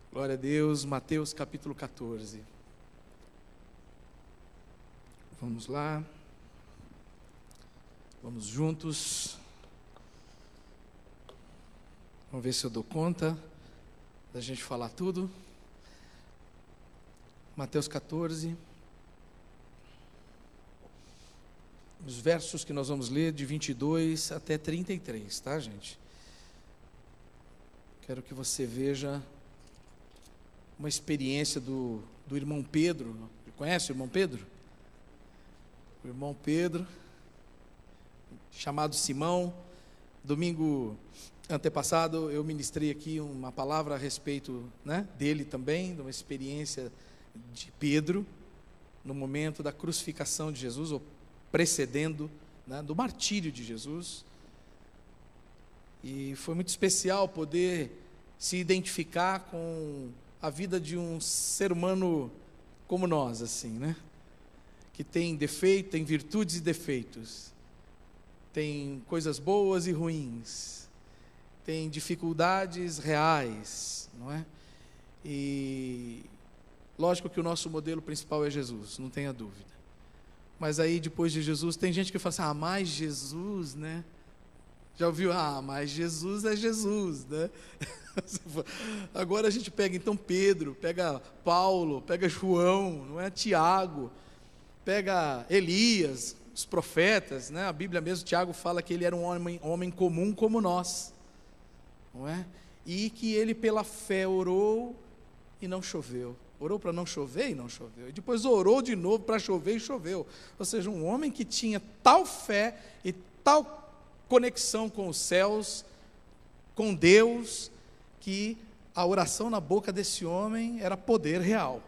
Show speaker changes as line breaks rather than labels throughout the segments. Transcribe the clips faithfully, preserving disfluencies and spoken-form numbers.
Glória a Deus, Mateus capítulo catorze. Vamos lá. Vamos juntos. Vamos ver se eu dou conta da gente falar tudo. Mateus catorze. Os versos que nós vamos ler de vinte e dois até trinta e três, tá, gente? Quero que você veja uma experiência do, do irmão Pedro. Conhece o irmão Pedro? O irmão Pedro, chamado Simão. Domingo antepassado eu ministrei aqui uma palavra a respeito, né, dele também, de uma experiência de Pedro, no momento da crucificação de Jesus, ou precedendo, né, do martírio de Jesus. E foi muito especial poder se identificar com a vida de um ser humano como nós, assim, né? Que tem defeito, tem virtudes e defeitos, tem coisas boas e ruins, tem dificuldades reais, não é? E lógico que o nosso modelo principal é Jesus, não tenha dúvida. Mas aí depois de Jesus, tem gente que fala assim, ah, mas Jesus, né? Já ouviu? Ah, mas Jesus é Jesus, né? Agora a gente pega então Pedro, pega Paulo, pega João, não é? Tiago, pega Elias, os profetas, né? A Bíblia mesmo, Tiago fala que ele era um homem, homem comum como nós, não é? E que ele pela fé orou e não choveu. Orou para não chover e não choveu. E depois orou de novo para chover e choveu. Ou seja, um homem que tinha tal fé e tal conexão com os céus, com Deus, que a oração na boca desse homem era poder real.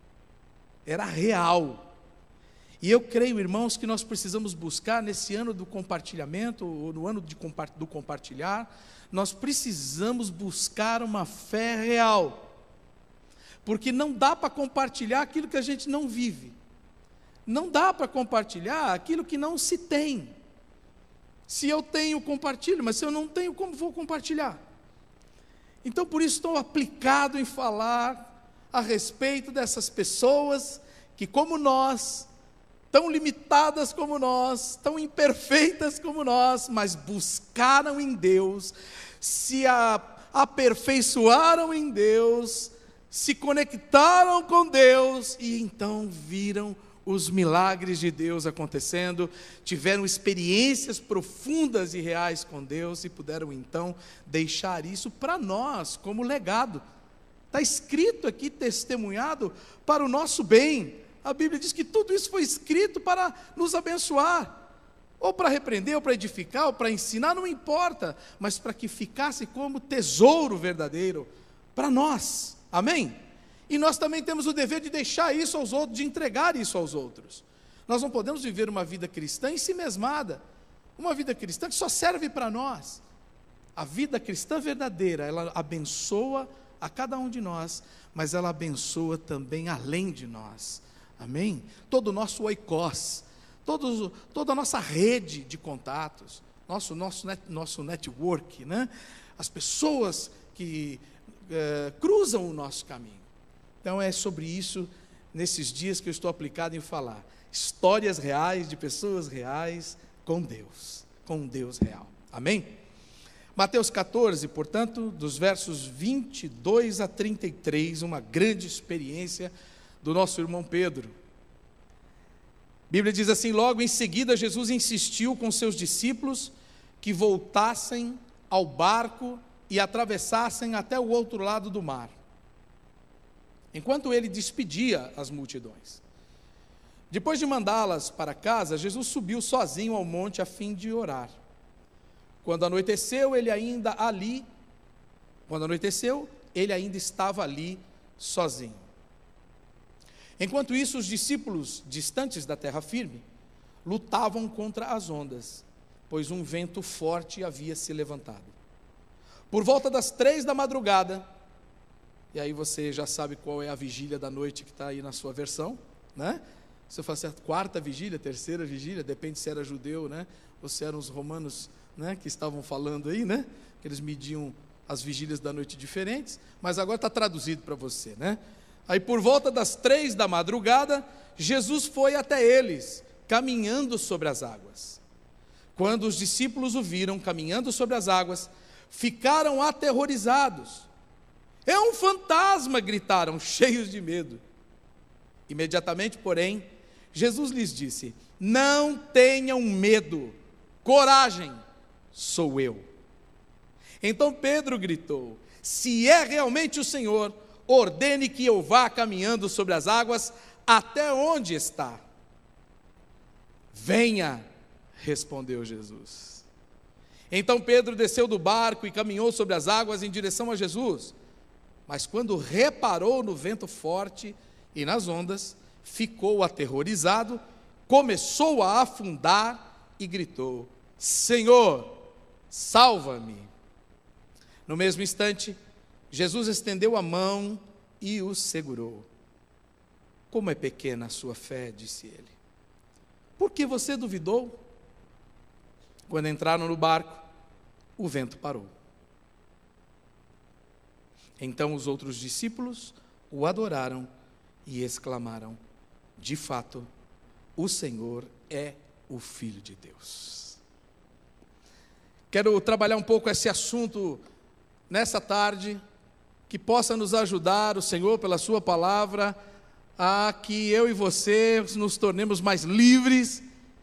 Era real. E eu creio, irmãos, que nós precisamos buscar nesse ano do compartilhamento, ou no ano de, do compartilhar, nós precisamos buscar uma fé real. Porque não dá para compartilhar aquilo que a gente não vive. Não dá para compartilhar aquilo que não se tem. Se eu tenho, compartilho, mas se eu não tenho, como vou compartilhar? Então, por isso estou aplicado em falar a respeito dessas pessoas que, como nós, tão limitadas como nós, tão imperfeitas como nós, mas buscaram em Deus, se a, aperfeiçoaram em Deus, se conectaram com Deus e então viram os milagres de Deus acontecendo, tiveram experiências profundas e reais com Deus e puderam então deixar isso para nós como legado. Está escrito aqui, testemunhado para o nosso bem. A Bíblia diz que tudo isso foi escrito para nos abençoar, ou para repreender, ou para edificar, ou para ensinar, não importa, mas para que ficasse como tesouro verdadeiro para nós. Amém? E nós também temos o dever de deixar isso aos outros, de entregar isso aos outros. Nós não podemos viver uma vida cristã em si mesmada, uma vida cristã que só serve para nós. A vida cristã verdadeira, ela abençoa a cada um de nós, mas ela abençoa também além de nós. Amém? Todo o nosso oikos, todo, toda a nossa rede de contatos, nosso, nosso, net, nosso network, né? As pessoas que é, cruzam o nosso caminho. Então é sobre isso, nesses dias que eu estou aplicado em falar. Histórias reais, de pessoas reais, com Deus, com um Deus real. Amém? Mateus catorze, portanto, dos versos vinte e dois a trinta e três, uma grande experiência do nosso irmão Pedro. A Bíblia diz assim, logo em seguida Jesus insistiu com seus discípulos que voltassem ao barco e atravessassem até o outro lado do mar, enquanto ele despedia as multidões. Depois de mandá-las para casa, Jesus subiu sozinho ao monte a fim de orar. Quando anoiteceu, ele ainda ali, quando anoiteceu, ele ainda estava ali sozinho. Enquanto isso, os discípulos, distantes da terra firme, lutavam contra as ondas, pois um vento forte havia se levantado. Por volta das três da madrugada, e aí você já sabe qual é a vigília da noite que está aí na sua versão, né? Você fala assim, a quarta vigília, terceira vigília, depende se era judeu, né? Ou se eram os romanos, né, que estavam falando aí, né? Que eles mediam as vigílias da noite diferentes, mas agora está traduzido para você, né? Aí por volta das três da madrugada, Jesus foi até eles, caminhando sobre as águas. Quando os discípulos o viram caminhando sobre as águas, ficaram aterrorizados. É um fantasma, gritaram, cheios de medo. Imediatamente, porém, Jesus lhes disse: não tenham medo, coragem, sou eu. Então Pedro gritou: se é realmente o Senhor, ordene que eu vá caminhando sobre as águas até onde está. Venha, respondeu Jesus. Então Pedro desceu do barco e caminhou sobre as águas em direção a Jesus. Mas quando reparou no vento forte e nas ondas, ficou aterrorizado, começou a afundar e gritou: Senhor, salva-me! No mesmo instante, Jesus estendeu a mão e o segurou. Como é pequena a sua fé, disse ele. Por que você duvidou? Quando entraram no barco, o vento parou. Então os outros discípulos o adoraram e exclamaram: de fato, o Senhor é o Filho de Deus. Quero trabalhar um pouco esse assunto nessa tarde, que possa nos ajudar, o Senhor, pela sua palavra, a que eu e você nos tornemos mais livres,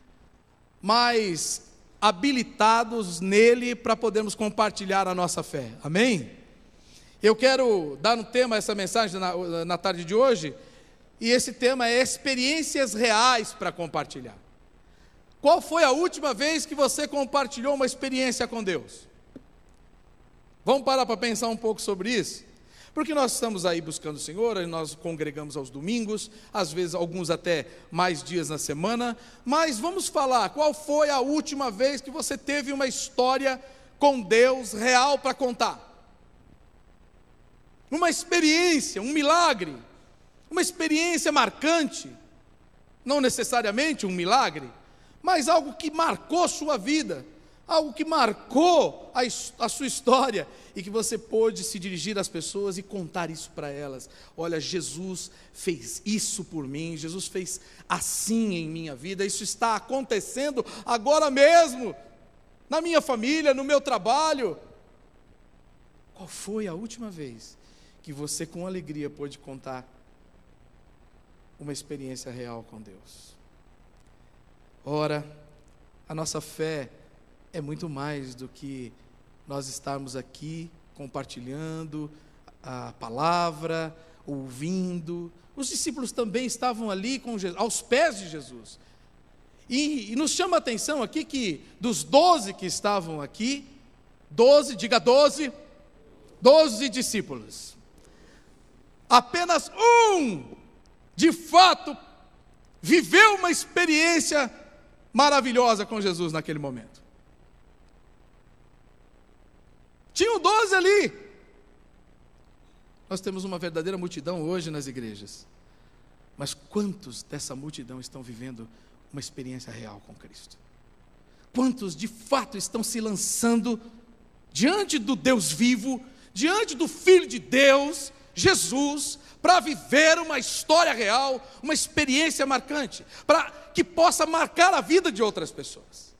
mais habilitados nele para podermos compartilhar a nossa fé. Amém? Eu quero dar um tema a essa mensagem na, na tarde de hoje, e esse tema é experiências reais para compartilhar. Qual foi a última vez que você compartilhou uma experiência com Deus? Vamos parar para pensar um pouco sobre isso? Porque nós estamos aí buscando o Senhor, nós congregamos aos domingos, às vezes alguns até mais dias na semana, mas vamos falar, qual foi a última vez que você teve uma história com Deus real para contar? Uma experiência, um milagre, uma experiência marcante, não necessariamente um milagre, mas algo que marcou sua vida, algo que marcou a, a sua história, e que você pôde se dirigir às pessoas e contar isso para elas. Olha, Jesus fez isso por mim, Jesus fez assim em minha vida, isso está acontecendo agora mesmo, na minha família, no meu trabalho. Qual foi a última vez que você com alegria pôde contar uma experiência real com Deus? Ora, a nossa fé é muito mais do que nós estarmos aqui compartilhando a palavra, ouvindo. Os discípulos também estavam ali com Jesus, aos pés de Jesus. E, e nos chama a atenção aqui que dos doze que estavam aqui, doze, diga doze, doze discípulos, apenas um, de fato, viveu uma experiência maravilhosa com Jesus naquele momento. Tinham doze ali. Nós temos uma verdadeira multidão hoje nas igrejas, mas quantos dessa multidão estão vivendo uma experiência real com Cristo? Quantos de fato estão se lançando diante do Deus vivo, diante do Filho de Deus, Jesus, para viver uma história real, uma experiência marcante, para que possa marcar a vida de outras pessoas?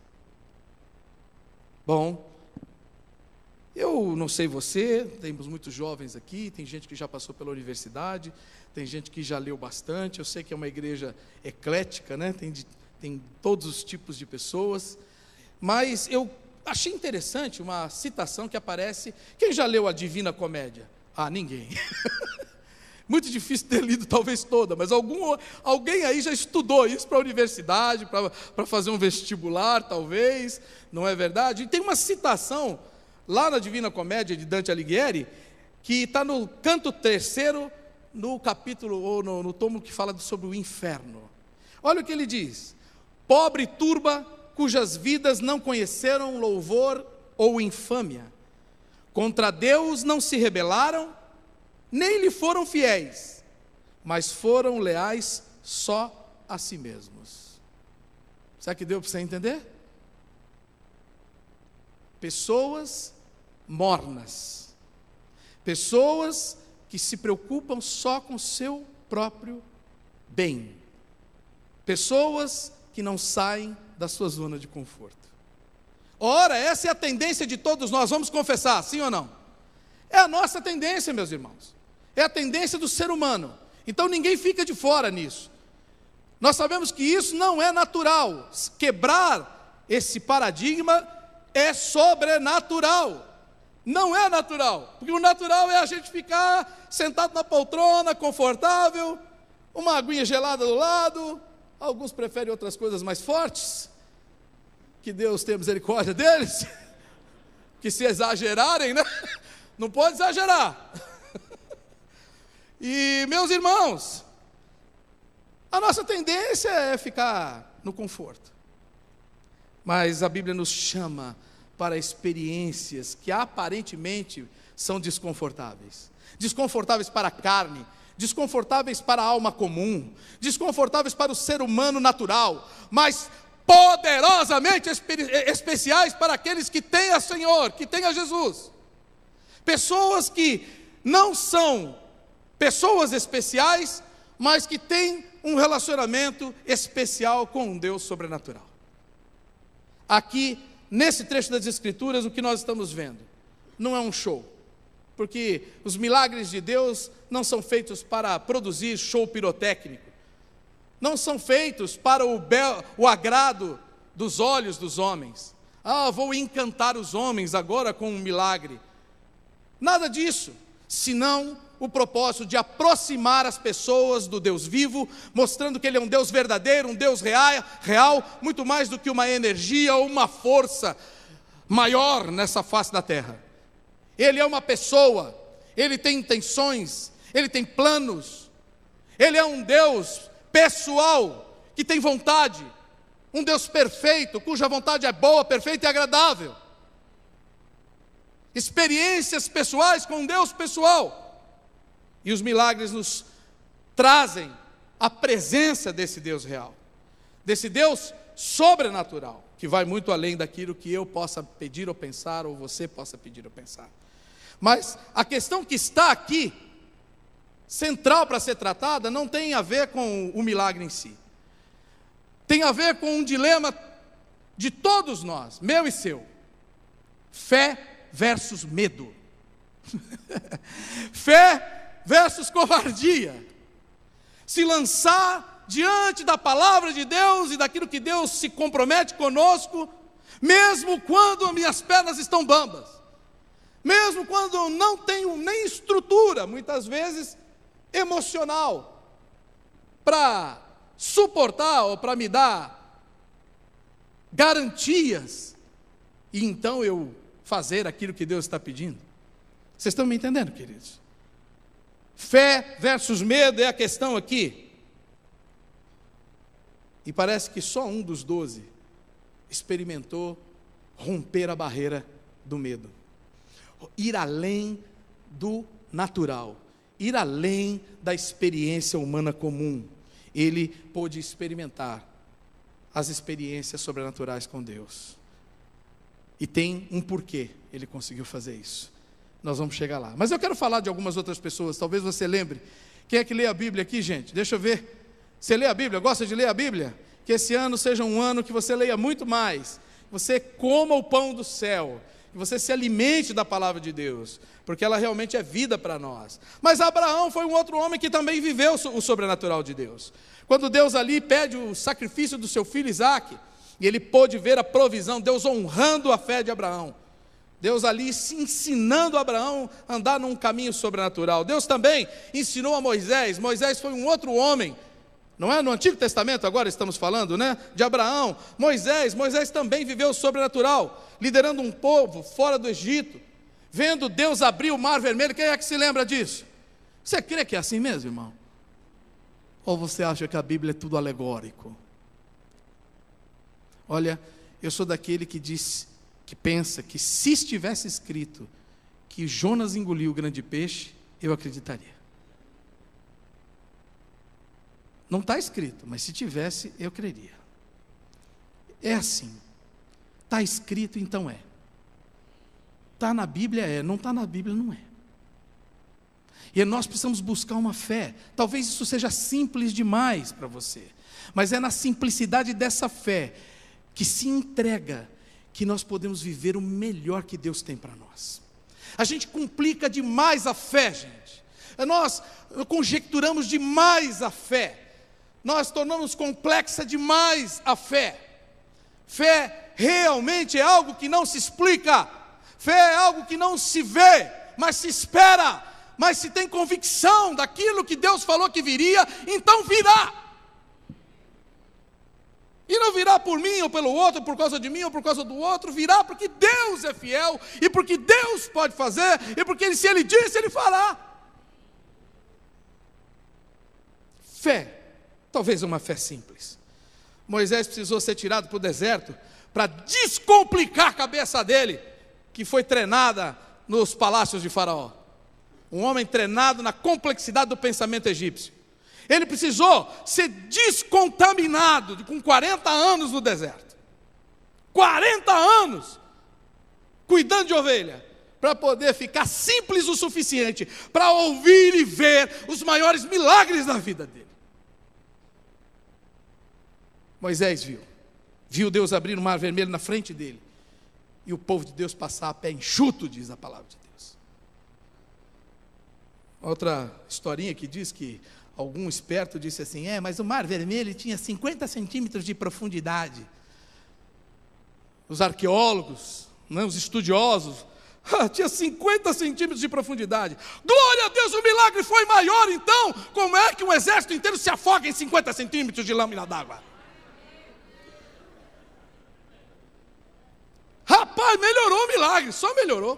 Bom, eu não sei você, temos muitos jovens aqui, tem gente que já passou pela universidade, tem gente que já leu bastante, eu sei que é uma igreja eclética, né? tem, de, tem todos os tipos de pessoas, mas eu achei interessante uma citação que aparece. Quem já leu a Divina Comédia? Ah, ninguém. Muito difícil ter lido talvez toda, mas algum, alguém aí já estudou isso para a universidade, para fazer um vestibular talvez, não é verdade? E tem uma citação lá na Divina Comédia de Dante Alighieri, que está no canto terceiro, no capítulo, ou no, no tomo que fala sobre o inferno. Olha o que ele diz: pobre turba cujas vidas não conheceram louvor ou infâmia, contra Deus não se rebelaram, nem lhe foram fiéis, mas foram leais só a si mesmos. Será que deu para você entender? Pessoas mornas, Pessoas que se preocupam só com o seu próprio bem. Pessoas que não saem da sua zona de conforto. Ora, essa é a tendência de todos nós, vamos confessar, sim ou não? É a nossa tendência, meus irmãos. É a tendência do ser humano. Então ninguém fica de fora nisso. Nós sabemos que isso não é natural. Quebrar esse paradigma é sobrenatural. Não é natural, porque o natural é a gente ficar sentado na poltrona, confortável, uma aguinha gelada do lado. Alguns preferem outras coisas mais fortes, que Deus tenha misericórdia deles, que se exagerarem, né? Não pode exagerar. E, meus irmãos, a nossa tendência é ficar no conforto. Mas a Bíblia nos chama para experiências que aparentemente são desconfortáveis. Desconfortáveis para a carne, desconfortáveis para a alma comum, desconfortáveis para o ser humano natural, mas poderosamente espe- especiais para aqueles que têm a Senhor, que têm a Jesus. Pessoas que não são pessoas especiais, mas que têm um relacionamento especial com um Deus sobrenatural. Aqui, nesse trecho das Escrituras, o que nós estamos vendo não é um show, porque os milagres de Deus não são feitos para produzir show pirotécnico, não são feitos para o, bel, o agrado dos olhos dos homens. Ah, vou encantar os homens agora com um milagre. Nada disso, senão o propósito de aproximar as pessoas do Deus vivo, mostrando que Ele é um Deus verdadeiro, um Deus real, real, muito mais do que uma energia ou uma força maior nessa face da terra. Ele é uma pessoa, Ele tem intenções, Ele tem planos, Ele é um Deus pessoal, que tem vontade, um Deus perfeito, cuja vontade é boa, perfeita e agradável. Experiências pessoais com um Deus pessoal. E os milagres nos trazem a presença desse Deus real, desse Deus sobrenatural, que vai muito além daquilo que eu possa pedir ou pensar, ou você possa pedir ou pensar. Mas a questão que está aqui, central para ser tratada, não tem a ver com o milagre em si. Tem a ver com um dilema de todos nós, meu e seu. Fé versus medo. Fé versus covardia. Se lançar diante da palavra de Deus e daquilo que Deus se compromete conosco, mesmo quando as minhas pernas estão bambas, mesmo quando eu não tenho nem estrutura, muitas vezes emocional, para suportar ou para me dar garantias, e então eu fazer aquilo que Deus está pedindo. Vocês estão me entendendo, queridos? Fé versus medo é a questão aqui. E parece que só um dos doze experimentou romper a barreira do medo. Ir além do natural, ir além da experiência humana comum. Ele pôde experimentar as experiências sobrenaturais com Deus. E tem um porquê ele conseguiu fazer isso. Nós vamos chegar lá. Mas eu quero falar de algumas outras pessoas, talvez você lembre. Quem é que lê a Bíblia aqui, gente? Deixa eu ver. Você lê a Bíblia? Gosta de ler a Bíblia? Que esse ano seja um ano que você leia muito mais. Que você coma o pão do céu. Que você se alimente da palavra de Deus. Porque ela realmente é vida para nós. Mas Abraão foi um outro homem que também viveu o sobrenatural de Deus. Quando Deus ali pede o sacrifício do seu filho Isaque, e ele pôde ver a provisão, Deus honrando a fé de Abraão. Deus ali se ensinando a Abraão a andar num caminho sobrenatural. Deus também ensinou a Moisés. Moisés foi um outro homem, não é? No Antigo Testamento agora estamos falando, né? De Abraão. Moisés, Moisés também viveu o sobrenatural, liderando um povo fora do Egito, vendo Deus abrir o mar vermelho. Quem é que se lembra disso? Você crê que é assim mesmo, irmão? Ou você acha que a Bíblia é tudo alegórico? Olha, eu sou daquele que diz, que pensa que se estivesse escrito que Jonas engoliu o grande peixe, eu acreditaria. Não está escrito, mas se tivesse, eu creria. É assim. Está escrito, então é. Está na Bíblia, é. Não está na Bíblia, não é. E nós precisamos buscar uma fé. Talvez isso seja simples demais para você, mas é na simplicidade dessa fé que se entrega que nós podemos viver o melhor que Deus tem para nós. A gente complica demais a fé, gente. Nós conjecturamos demais a fé. Nós tornamos complexa demais a fé. Fé realmente é algo que não se explica. Fé é algo que não se vê, mas se espera. Mas se tem convicção daquilo que Deus falou que viria, então virá. E não virá por mim ou pelo outro, por causa de mim ou por causa do outro, virá porque Deus é fiel, e porque Deus pode fazer, e porque se Ele disse, Ele fará. Fé, talvez uma fé simples. Moisés precisou ser tirado para o deserto, para descomplicar a cabeça dele, que foi treinada nos palácios de Faraó. Um homem treinado na complexidade do pensamento egípcio. Ele precisou ser descontaminado com quarenta anos no deserto. quarenta anos cuidando de ovelha, para poder ficar simples o suficiente para ouvir e ver os maiores milagres da vida dele. Moisés viu, viu Deus abrir o mar vermelho na frente dele, e o povo de Deus passar a pé enxuto, diz a palavra de Deus. Outra historinha que diz que algum esperto disse assim, é, mas o mar vermelho tinha cinquenta centímetros de profundidade. Os arqueólogos, né, os estudiosos, ah, tinha cinquenta centímetros de profundidade. Glória a Deus, o milagre foi maior, então, como é que um exército inteiro se afoga em cinquenta centímetros de lâmina d'água? Rapaz, melhorou o milagre, só melhorou.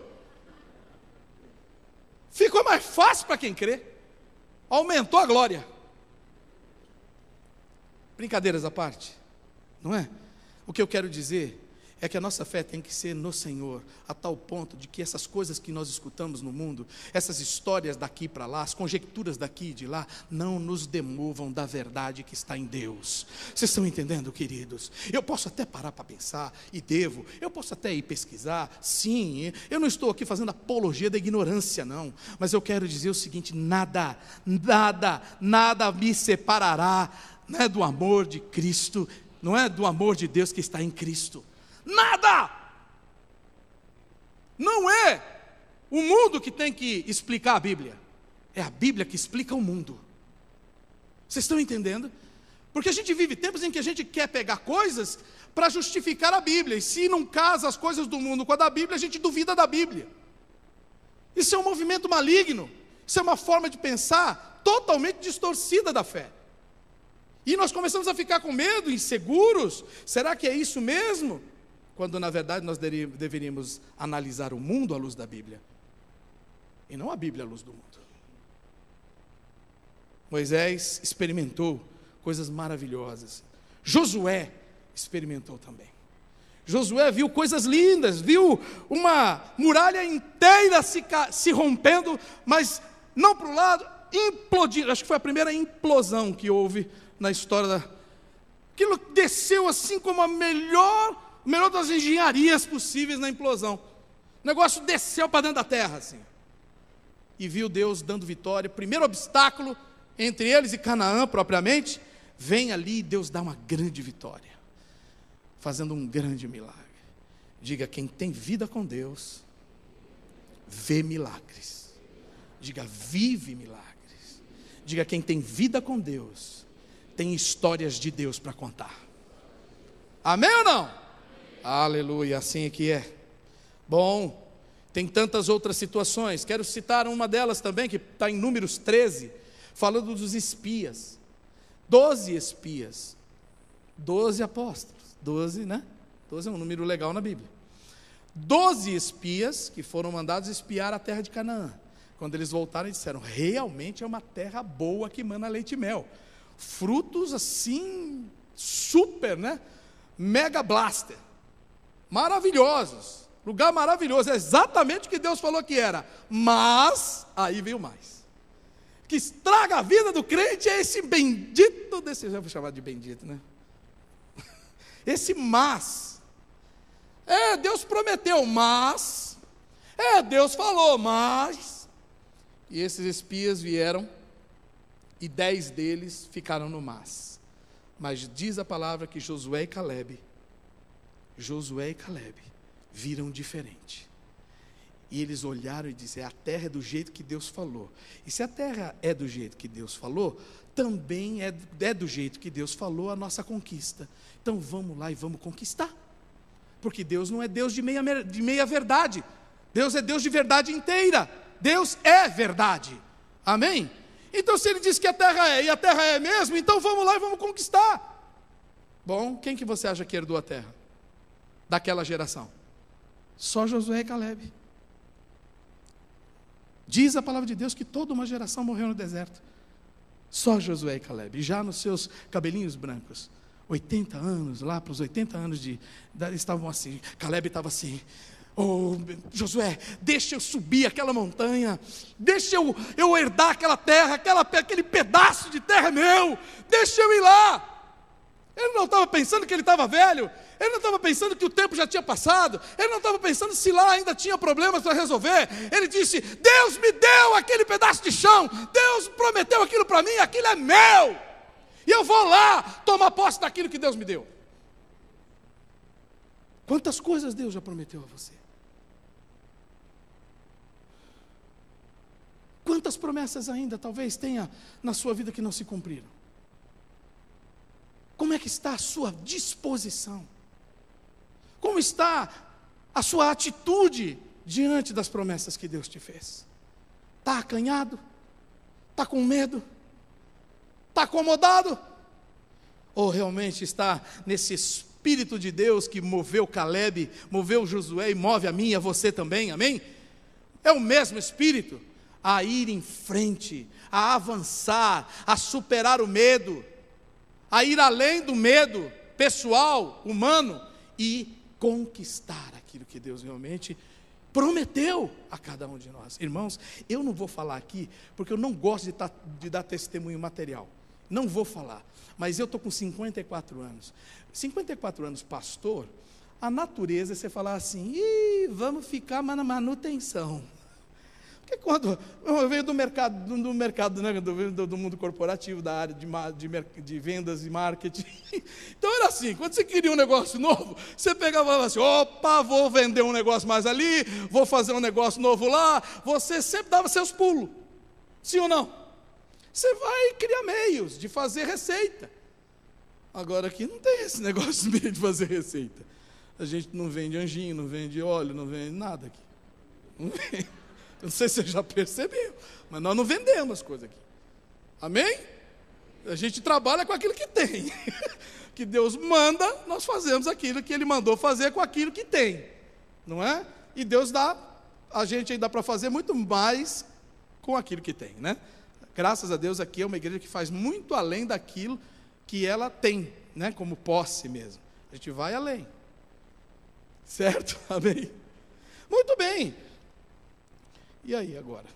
Ficou mais fácil para quem crê. Aumentou a glória. Brincadeiras à parte, não é? O que eu quero dizer é que a nossa fé tem que ser no Senhor, a tal ponto de que essas coisas que nós escutamos no mundo, essas histórias daqui para lá, as conjecturas daqui e de lá, não nos demovam da verdade que está em Deus. Vocês estão entendendo, queridos? Eu posso até parar para pensar, e devo, eu posso até ir pesquisar, sim, eu não estou aqui fazendo apologia da ignorância, não, mas eu quero dizer o seguinte, nada, nada, nada me separará, não é do amor de Cristo, não é do amor de Deus que está em Cristo. Nada! Não é o mundo que tem que explicar a Bíblia, é a Bíblia que explica o mundo. Vocês estão entendendo? Porque a gente vive tempos em que a gente quer pegar coisas para justificar a Bíblia, e se não casa as coisas do mundo com a da Bíblia, a gente duvida da Bíblia. Isso é um movimento maligno, isso é uma forma de pensar totalmente distorcida da fé. E nós começamos a ficar com medo, inseguros, será que é isso mesmo? Quando na verdade nós deveríamos analisar o mundo à luz da Bíblia, e não a Bíblia à luz do mundo. Moisés experimentou coisas maravilhosas, Josué experimentou também. Josué viu coisas lindas, viu uma muralha inteira se, se rompendo, mas não para o lado, implodindo. Acho que foi a primeira implosão que houve na história da... Aquilo desceu assim como a melhor, melhor das engenharias possíveis na implosão. O negócio desceu para dentro da terra, assim. E viu Deus dando vitória. Primeiro obstáculo entre eles e Canaã propriamente, vem ali e Deus dá uma grande vitória, fazendo um grande milagre. Diga, quem tem vida com Deus, vê milagres. Diga, vive milagres. Diga, quem tem vida com Deus, tem histórias de Deus para contar. Amém ou não? Amém. Aleluia, assim é que é. Bom, tem tantas outras situações. Quero citar uma delas também, que está em Números treze, falando dos espias. Doze espias. Doze apóstolos. Doze, né? Doze é um número legal na Bíblia. Doze espias que foram mandados espiar a terra de Canaã. Quando eles voltaram, eles disseram, realmente é uma terra boa que mana leite e mel. Frutos assim, super, né? Mega blaster. Maravilhosos. Lugar maravilhoso. É exatamente o que Deus falou que era. Mas, aí veio mais. O que estraga a vida do crente é esse bendito desse... Já vou chamar de bendito, né? Esse mas. É, Deus prometeu, mas. É, Deus falou, mas. E esses espias vieram, e dez deles ficaram no mas. Mas diz a palavra que Josué e Calebe, Josué e Calebe, viram diferente. E eles olharam e disseram: a terra é do jeito que Deus falou. E se a terra é do jeito que Deus falou, também é, é do jeito que Deus falou a nossa conquista. Então vamos lá e vamos conquistar. Porque Deus não é Deus de meia, de meia verdade. Deus é Deus de verdade inteira. Deus é verdade. Amém? Então se ele diz que a terra é, e a terra é mesmo, então vamos lá e vamos conquistar. Bom, quem que você acha que herdou a terra? Daquela geração? Só Josué e Calebe. Diz a palavra de Deus que toda uma geração morreu no deserto. Só Josué e Calebe, já nos seus cabelinhos brancos, oitenta anos, lá para os oitenta anos de, de estavam assim. Calebe estava assim: oh, Josué, deixa eu subir aquela montanha, deixa eu, eu herdar aquela terra, aquela, aquele pedaço de terra é meu, deixa eu ir lá. Ele não estava pensando que ele estava velho, ele não estava pensando que o tempo já tinha passado, ele não estava pensando se lá ainda tinha problemas para resolver. Ele disse: Deus me deu aquele pedaço de chão, Deus prometeu aquilo para mim, aquilo é meu, e eu vou lá tomar posse daquilo que Deus me deu. Quantas coisas Deus já prometeu a você? Quantas promessas ainda talvez tenha na sua vida que não se cumpriram? Como é que está a sua disposição? Como está a sua atitude diante das promessas que Deus te fez? Está acanhado? Está com medo? Está acomodado? Ou realmente está nesse Espírito de Deus que moveu Calebe, moveu Josué e move a mim e a você também, amém? É o mesmo Espírito a ir em frente, a avançar, a superar o medo, a ir além do medo pessoal, humano, e conquistar aquilo que Deus realmente prometeu a cada um de nós. Irmãos, eu não vou falar aqui, porque eu não gosto de, tá, de dar testemunho material, não vou falar, mas eu estou com cinquenta e quatro anos, cinquenta e quatro anos pastor, a natureza é você falar assim: ih, vamos ficar na manutenção. Porque quando eu venho do mercado, do, do mercado, né, do, do mundo corporativo, da área de, de, de vendas e marketing. Então era assim: quando você queria um negócio novo, você pegava e falava assim: opa, vou vender um negócio mais ali, vou fazer um negócio novo lá. Você sempre dava seus pulos, sim ou não? Você vai criar meios de fazer receita. Agora aqui não tem esse negócio de fazer receita. A gente não vende anjinho, não vende óleo, não vende nada aqui. Não vende. Eu não sei se você já percebeu, mas nós não vendemos as coisas aqui. Amém? A gente trabalha com aquilo que tem. Que Deus manda, nós fazemos aquilo que Ele mandou fazer com aquilo que tem. Não é? E Deus dá, a gente ainda dá para fazer muito mais com aquilo que tem, né? Graças a Deus aqui é uma igreja que faz muito além daquilo que ela tem, né? Como posse mesmo. A gente vai além. Certo? Amém? Muito bem. E aí agora?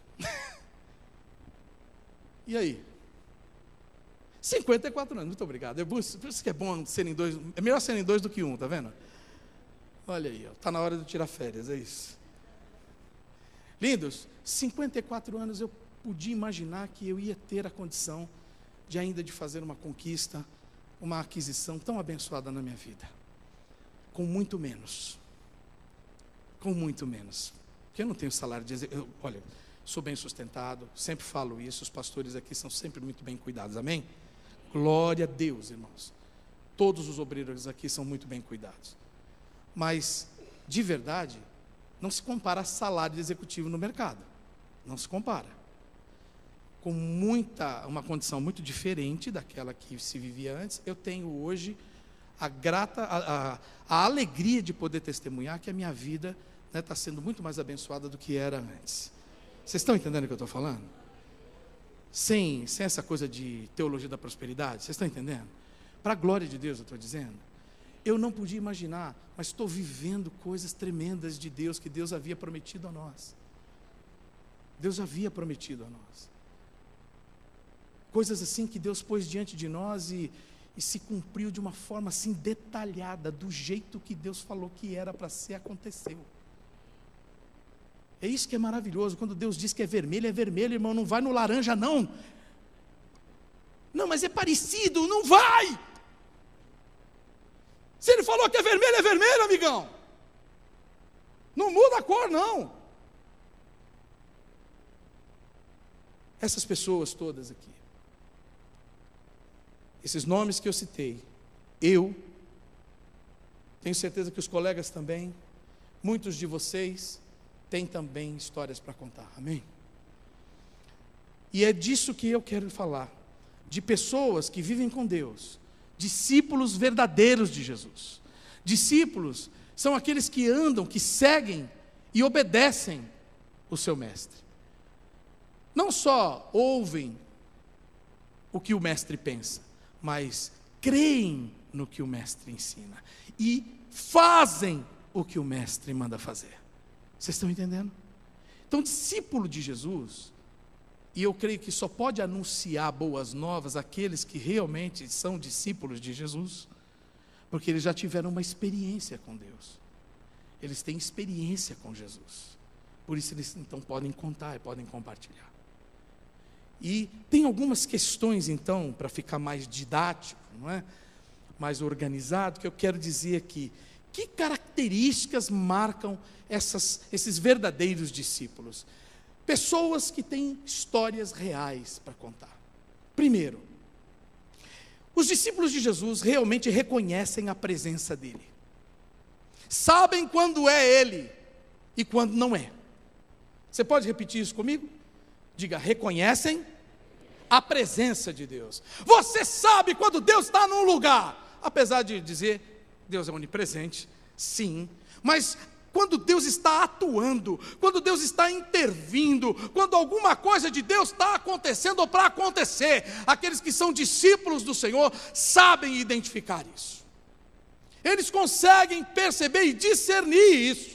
E aí? cinquenta e quatro anos, muito obrigado. É por isso que é bom serem dois, é melhor serem dois do que um, tá vendo? Olha aí, está na hora de tirar férias, é isso. Lindos, cinquenta e quatro anos eu podia imaginar que eu ia ter a condição de ainda de fazer uma conquista, uma aquisição tão abençoada na minha vida. Com muito menos. Com muito menos. Porque eu não tenho salário de executivo. Olha, sou bem sustentado, sempre falo isso, os pastores aqui são sempre muito bem cuidados, amém? Glória a Deus, irmãos. Todos os obreiros aqui são muito bem cuidados. Mas, de verdade, não se compara a salário de executivo no mercado. Não se compara. Com muita, uma condição muito diferente daquela que se vivia antes, eu tenho hoje a grata, a, a, a alegria de poder testemunhar que a minha vida está, né, sendo muito mais abençoada do que era antes. Vocês estão entendendo o que eu estou falando? Sem, sem essa coisa de teologia da prosperidade, vocês estão entendendo? Para a glória de Deus eu estou dizendo. Eu não podia imaginar, mas estou vivendo coisas tremendas de Deus, que Deus havia prometido a nós. Deus havia prometido a nós. Coisas assim que Deus pôs diante de nós e, e se cumpriu de uma forma assim detalhada, do jeito que Deus falou que era para ser, aconteceu. É isso que é maravilhoso, quando Deus diz que é vermelho, é vermelho, irmão, não vai no laranja não. Não, mas é parecido, não vai. Se Ele falou que é vermelho, é vermelho, amigão. Não muda a cor, não. Essas pessoas todas aqui, esses nomes que eu citei, eu, tenho certeza que os colegas também, muitos de vocês têm também histórias para contar, amém? E é disso que eu quero falar, de pessoas que vivem com Deus, discípulos verdadeiros de Jesus. Discípulos são aqueles que andam, que seguem e obedecem o seu mestre. Não só ouvem o que o mestre pensa, mas creem no que o mestre ensina e fazem o que o mestre manda fazer. Vocês estão entendendo? Então, discípulo de Jesus, e eu creio que só pode anunciar boas novas aqueles que realmente são discípulos de Jesus, porque eles já tiveram uma experiência com Deus, eles têm experiência com Jesus, por isso eles então podem contar e podem compartilhar. E tem algumas questões então, para ficar mais didático, não é? Mais organizado, que eu quero dizer aqui. Que características marcam essas, esses verdadeiros discípulos? Pessoas que têm histórias reais para contar. Primeiro, os discípulos de Jesus realmente reconhecem a presença dele. Sabem quando é ele e quando não é. Você pode repetir isso comigo? Diga, reconhecem a presença de Deus. Você sabe quando Deus está num lugar, apesar de dizer, Deus é onipresente, sim, mas quando Deus está atuando, quando Deus está intervindo, quando alguma coisa de Deus está acontecendo ou para acontecer, aqueles que são discípulos do Senhor sabem identificar isso. Eles conseguem perceber e discernir isso.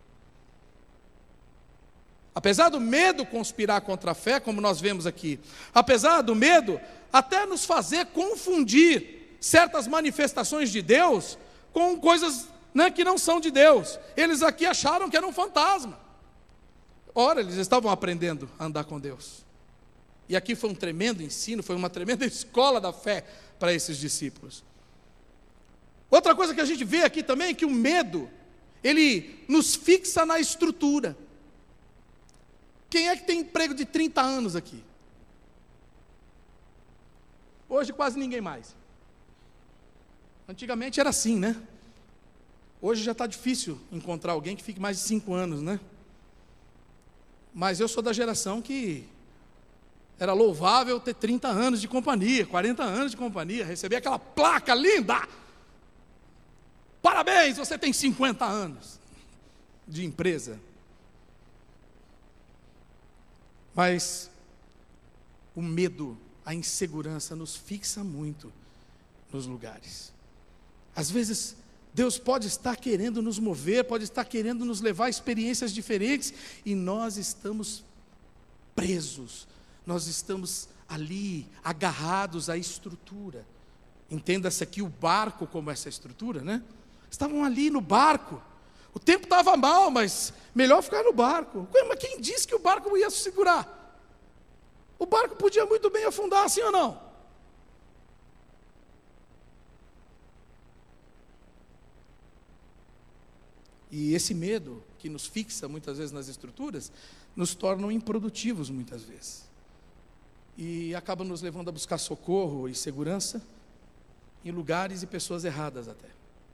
Apesar do medo conspirar contra a fé, como nós vemos aqui, apesar do medo até nos fazer confundir certas manifestações de Deus com coisas, né, que não são de Deus. Eles aqui acharam que era um fantasma. Ora, eles estavam aprendendo a andar com Deus. E aqui foi um tremendo ensino, foi uma tremenda escola da fé para esses discípulos. Outra coisa que a gente vê aqui também é que o medo, ele nos fixa na estrutura. Quem é que tem emprego de trinta anos aqui? Hoje quase ninguém mais. Antigamente era assim, né? Hoje já está difícil encontrar alguém que fique mais de cinco anos, né? Mas eu sou da geração que era louvável ter trinta anos de companhia, quarenta anos de companhia, receber aquela placa linda. Parabéns, você tem cinquenta anos de empresa. Mas o medo, a insegurança nos fixa muito nos lugares. Às vezes, Deus pode estar querendo nos mover, pode estar querendo nos levar a experiências diferentes, e nós estamos presos, nós estamos ali, agarrados à estrutura. Entenda-se aqui o barco como essa estrutura, né? Estavam ali no barco. O tempo estava mal, mas melhor ficar no barco. Mas quem disse que o barco ia se segurar? O barco podia muito bem afundar, sim ou não? E esse medo que nos fixa muitas vezes nas estruturas, nos torna improdutivos muitas vezes. E acaba nos levando a buscar socorro e segurança em lugares e pessoas erradas até.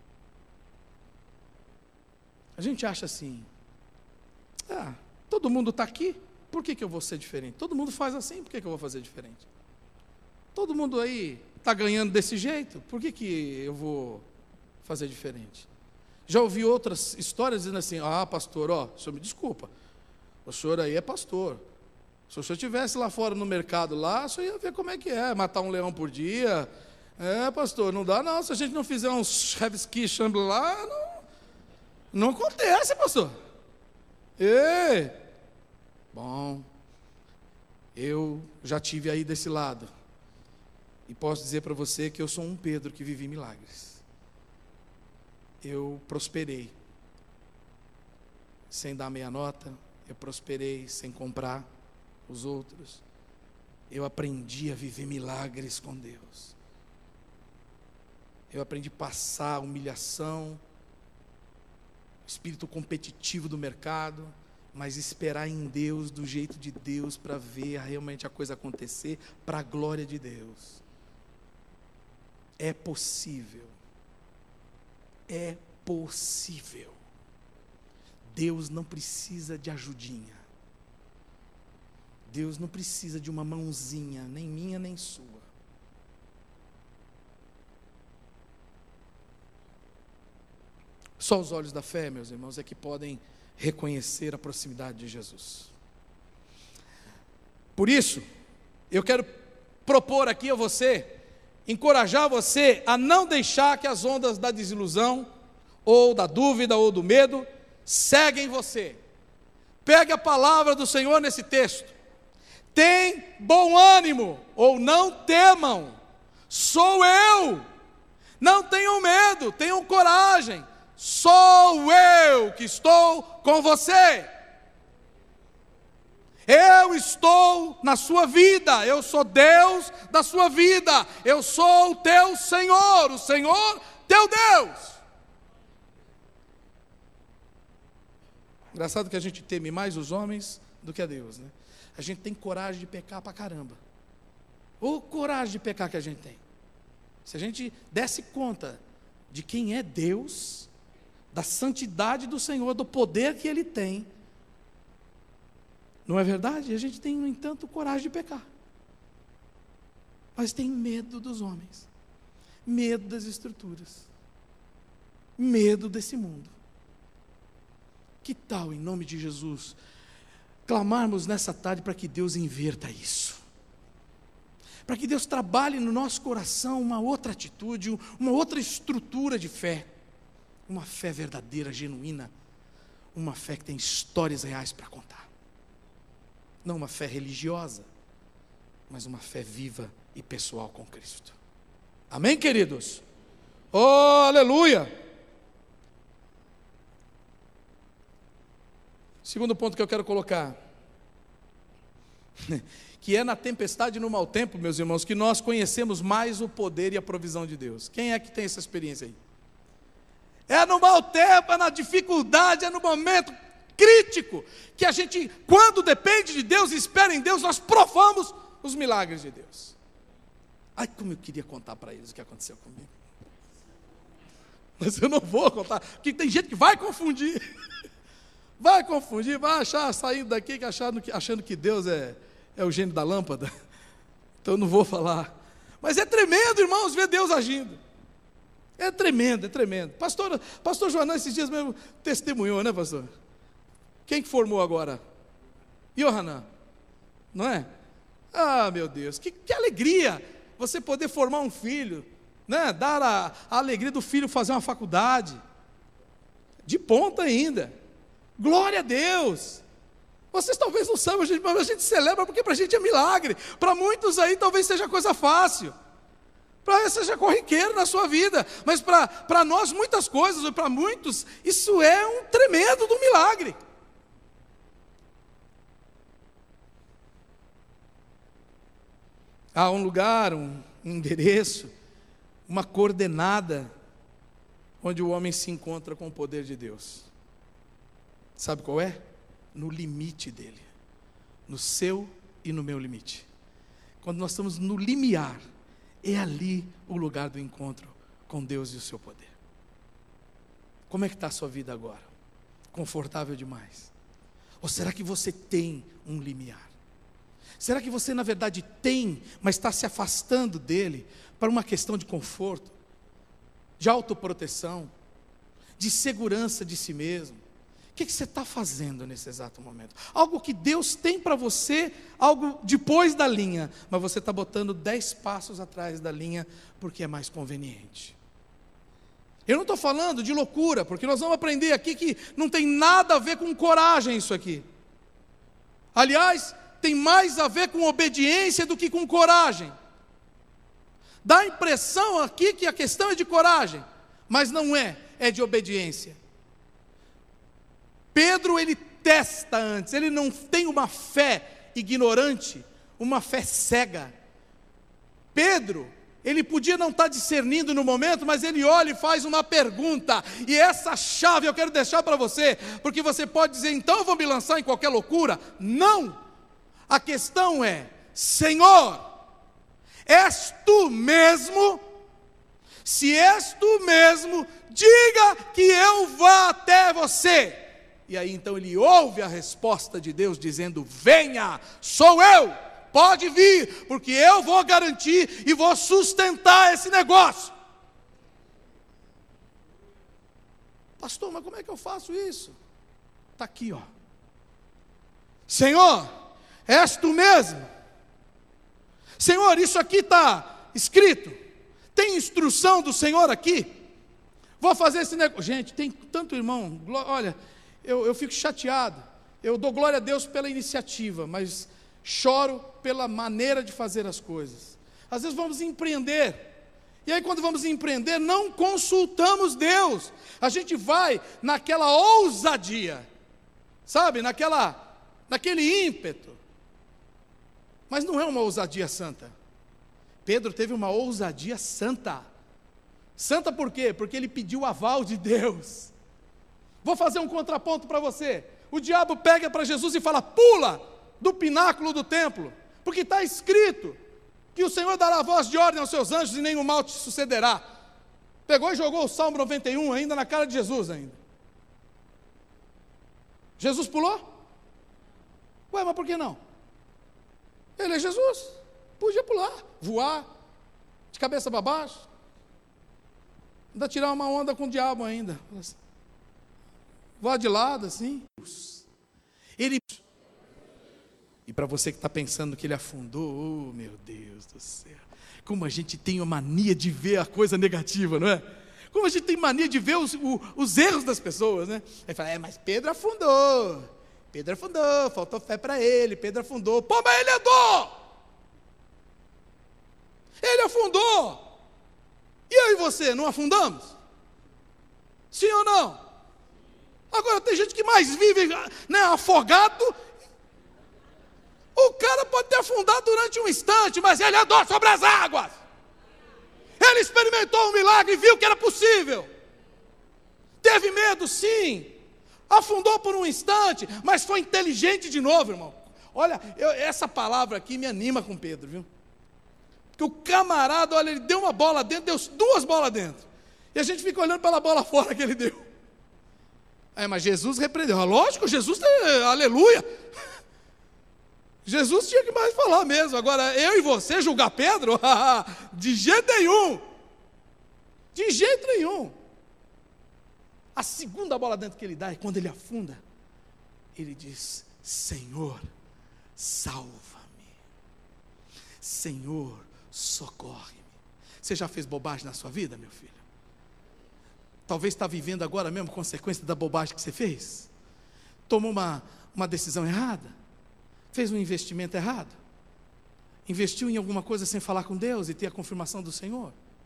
A gente acha assim, ah, todo mundo está aqui, por que, que eu vou ser diferente? Todo mundo faz assim, por que, que eu vou fazer diferente? Todo mundo aí está ganhando desse jeito, por que, que eu vou fazer diferente? Já ouvi outras histórias dizendo assim, ah, pastor, ó, o senhor me desculpa, o senhor aí é pastor, se o senhor estivesse lá fora no mercado, lá, o senhor ia ver como é que é, matar um leão por dia, é, pastor, não dá não, se a gente não fizer uns revski chambre lá, não... Não acontece, pastor. Ei, bom, eu já tive aí desse lado, e posso dizer para você que eu sou um Pedro que vivi milagres. Eu prosperei, sem dar meia nota, eu prosperei sem comprar os outros. Eu aprendi a viver milagres com Deus. Eu aprendi a passar a humilhação, o espírito competitivo do mercado, mas esperar em Deus, do jeito de Deus, para ver realmente a coisa acontecer, para a glória de Deus. É possível. É possível. Deus não precisa de ajudinha. Deus não precisa de uma mãozinha, nem minha nem sua. Só os olhos da fé, meus irmãos, é que podem reconhecer a proximidade de Jesus. Por isso, eu quero propor aqui a você, encorajar você a não deixar que as ondas da desilusão, ou da dúvida, ou do medo, seguem você. Pegue a palavra do Senhor nesse texto. Tem bom ânimo, ou não temam, sou eu. Não tenham medo, tenham coragem. Sou eu que estou com você. Eu estou na sua vida, eu sou Deus da sua vida, eu sou o teu Senhor, o Senhor teu Deus. Engraçado que a gente teme mais os homens do que a Deus, né? A gente tem coragem de pecar pra caramba. Ô coragem de pecar que a gente tem. Se a gente desse conta de quem é Deus, da santidade do Senhor, do poder que Ele tem, não é verdade? A gente tem, no entanto, coragem de pecar. Mas tem medo dos homens, medo das estruturas, medo desse mundo. Que tal, em nome de Jesus, clamarmos nessa tarde para que Deus inverta isso? Para que Deus trabalhe no nosso coração uma outra atitude, uma outra estrutura de fé. Uma fé verdadeira, genuína. Uma fé que tem histórias reais para contar. Não uma fé religiosa, mas uma fé viva e pessoal com Cristo. Amém, queridos? Oh, aleluia! Segundo ponto que eu quero colocar, que é na tempestade e no mau tempo, meus irmãos, que nós conhecemos mais o poder e a provisão de Deus. Quem é que tem essa experiência aí? É no mau tempo, é na dificuldade, é no momento crítico, que a gente, quando depende de Deus e espera em Deus, nós provamos os milagres de Deus. Ai, como eu queria contar para eles o que aconteceu comigo. Mas eu não vou contar, porque tem gente que vai confundir. Vai confundir, vai achar, saindo daqui, achando que, achando que Deus é, é o gênio da lâmpada. Então eu não vou falar. Mas é tremendo, irmãos, ver Deus agindo. É tremendo, é tremendo. Pastor, pastor Joanã, esses dias mesmo testemunhou, né, pastor? Quem que formou agora? Yohanan, não é? Ah, meu Deus, que, que alegria você poder formar um filho, né? Dar a, a alegria do filho fazer uma faculdade, de ponta ainda. Glória a Deus. Vocês talvez não saibam, mas a gente celebra porque para a gente é milagre. Para muitos aí talvez seja coisa fácil. Para você seja corriqueiro na sua vida. Mas para nós muitas coisas, para muitos, isso é um tremendo do milagre. Há um lugar, um endereço, uma coordenada, onde o homem se encontra com o poder de Deus. Sabe qual é? No limite dele. No seu e no meu limite. Quando nós estamos no limiar, é ali o lugar do encontro com Deus e o seu poder. Como é que está a sua vida agora? Confortável demais? Ou será que você tem um limiar? Será que você na verdade tem, mas está se afastando dele para uma questão de conforto, de autoproteção, de segurança de si mesmo? O que, que você está fazendo nesse exato momento? Algo que Deus tem para você, algo depois da linha, mas você está botando dez passos atrás da linha, porque é mais conveniente. Eu não estou falando de loucura, porque nós vamos aprender aqui que não tem nada a ver com coragem isso aqui. Aliás, tem mais a ver com obediência do que com coragem. Dá a impressão aqui que a questão é de coragem, mas não é, é de obediência. Pedro, ele testa antes, ele não tem uma fé ignorante, uma fé cega. Pedro, ele podia não estar discernindo no momento, mas ele olha e faz uma pergunta, e essa chave eu quero deixar para você, porque você pode dizer, então eu vou me lançar em qualquer loucura. Não, a questão é, Senhor, és tu mesmo? Se és tu mesmo, diga que eu vá até você. E aí então ele ouve a resposta de Deus dizendo, venha, sou eu, pode vir, porque eu vou garantir e vou sustentar esse negócio. Pastor, mas como é que eu faço isso? Está aqui, ó. Senhor, és tu mesmo? Senhor, isso aqui está escrito, tem instrução do Senhor aqui? Vou fazer esse negócio. Gente, tem tanto irmão, olha, eu, eu fico chateado, eu dou glória a Deus pela iniciativa, mas choro pela maneira de fazer as coisas. Às vezes vamos empreender, e aí quando vamos empreender, não consultamos Deus, a gente vai naquela ousadia, sabe, naquela, naquele ímpeto, mas não é uma ousadia santa. Pedro teve uma ousadia santa. Santa por quê? Porque ele pediu o aval de Deus. Vou fazer um contraponto para você. O diabo pega para Jesus e fala, pula do pináculo do templo, porque está escrito que o Senhor dará voz de ordem aos seus anjos e nenhum mal te sucederá. Pegou e jogou o Salmo noventa e um ainda na cara de Jesus ainda. Jesus pulou? Ué, mas por que não? Ele é Jesus, podia pular, voar, de cabeça para baixo, ainda tirar uma onda com o diabo ainda, voar de lado assim. Ele, e para você que está pensando que ele afundou, oh meu Deus do céu, como a gente tem a mania de ver a coisa negativa, não é? Como a gente tem mania de ver os, o, os erros das pessoas, né? Aí fala, é, mas Pedro afundou, Pedro afundou, faltou fé para ele, Pedro afundou. Pô, mas ele andou! Ele afundou! E eu e você, não afundamos? Sim ou não? Agora tem gente que mais vive, né, afogado. O cara pode ter afundado durante um instante, mas ele andou sobre as águas. Ele experimentou um milagre e viu que era possível. Teve medo, sim. Afundou por um instante, mas foi inteligente de novo, irmão. Olha, eu, essa palavra aqui me anima com Pedro, viu? Porque o camarada, olha, ele deu uma bola dentro, deu duas bolas dentro. E a gente fica olhando pela bola fora que ele deu. É, mas Jesus repreendeu. Ah, lógico, Jesus, é, aleluia. Jesus tinha que mais falar mesmo. Agora, eu e você julgar Pedro? De jeito nenhum. De jeito nenhum. A segunda bola dentro que ele dá é quando ele afunda. Ele diz, Senhor, salva-me. Senhor, socorre-me. Você já fez bobagem na sua vida, meu filho? Talvez está vivendo agora mesmo consequência da bobagem que você fez. Tomou uma, uma decisão errada. Fez um investimento errado. Investiu em alguma coisa sem falar com Deus e ter a confirmação do Senhor.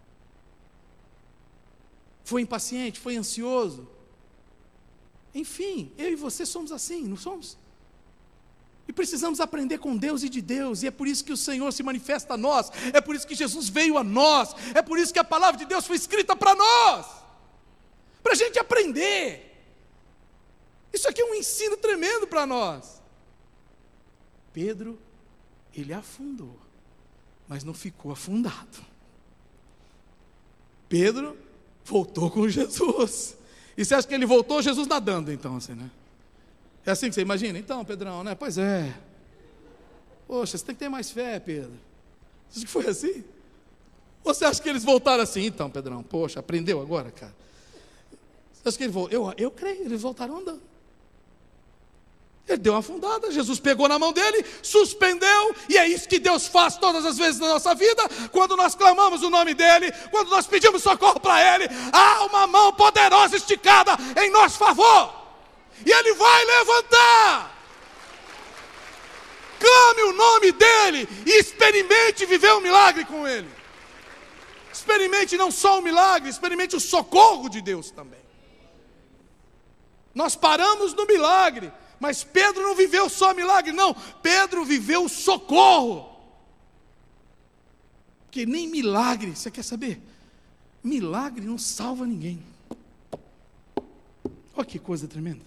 Foi impaciente, foi ansioso. Enfim, eu e você somos assim, não somos? E precisamos aprender com Deus e de Deus, e é por isso que o Senhor se manifesta a nós, é por isso que Jesus veio a nós, é por isso que a palavra de Deus foi escrita para nós, para a gente aprender. Isso aqui é um ensino tremendo para nós. Pedro, ele afundou, mas não ficou afundado. Pedro voltou com Jesus. E você acha que ele voltou, Jesus nadando, então, assim, né? É assim que você imagina? Então, Pedrão, né? Pois é. Poxa, você tem que ter mais fé, Pedro. Você acha que foi assim? Ou você acha que eles voltaram assim? Então, Pedrão, poxa, aprendeu agora, cara? Você acha que ele voltou? Eu, eu creio, eles voltaram andando. Ele deu uma afundada, Jesus pegou na mão dele, suspendeu, e é isso que Deus faz todas as vezes na nossa vida, quando nós clamamos o nome dele, quando nós pedimos socorro para ele, há uma mão poderosa esticada em nosso favor, e ele vai levantar. Clame o nome dele, e experimente viver um milagre com ele. Experimente não só o milagre, experimente o socorro de Deus também. Nós paramos no milagre, Mas Pedro não viveu só milagre, não. Pedro viveu socorro. Porque nem milagre, você quer saber? Milagre não salva ninguém. Olha que coisa tremenda.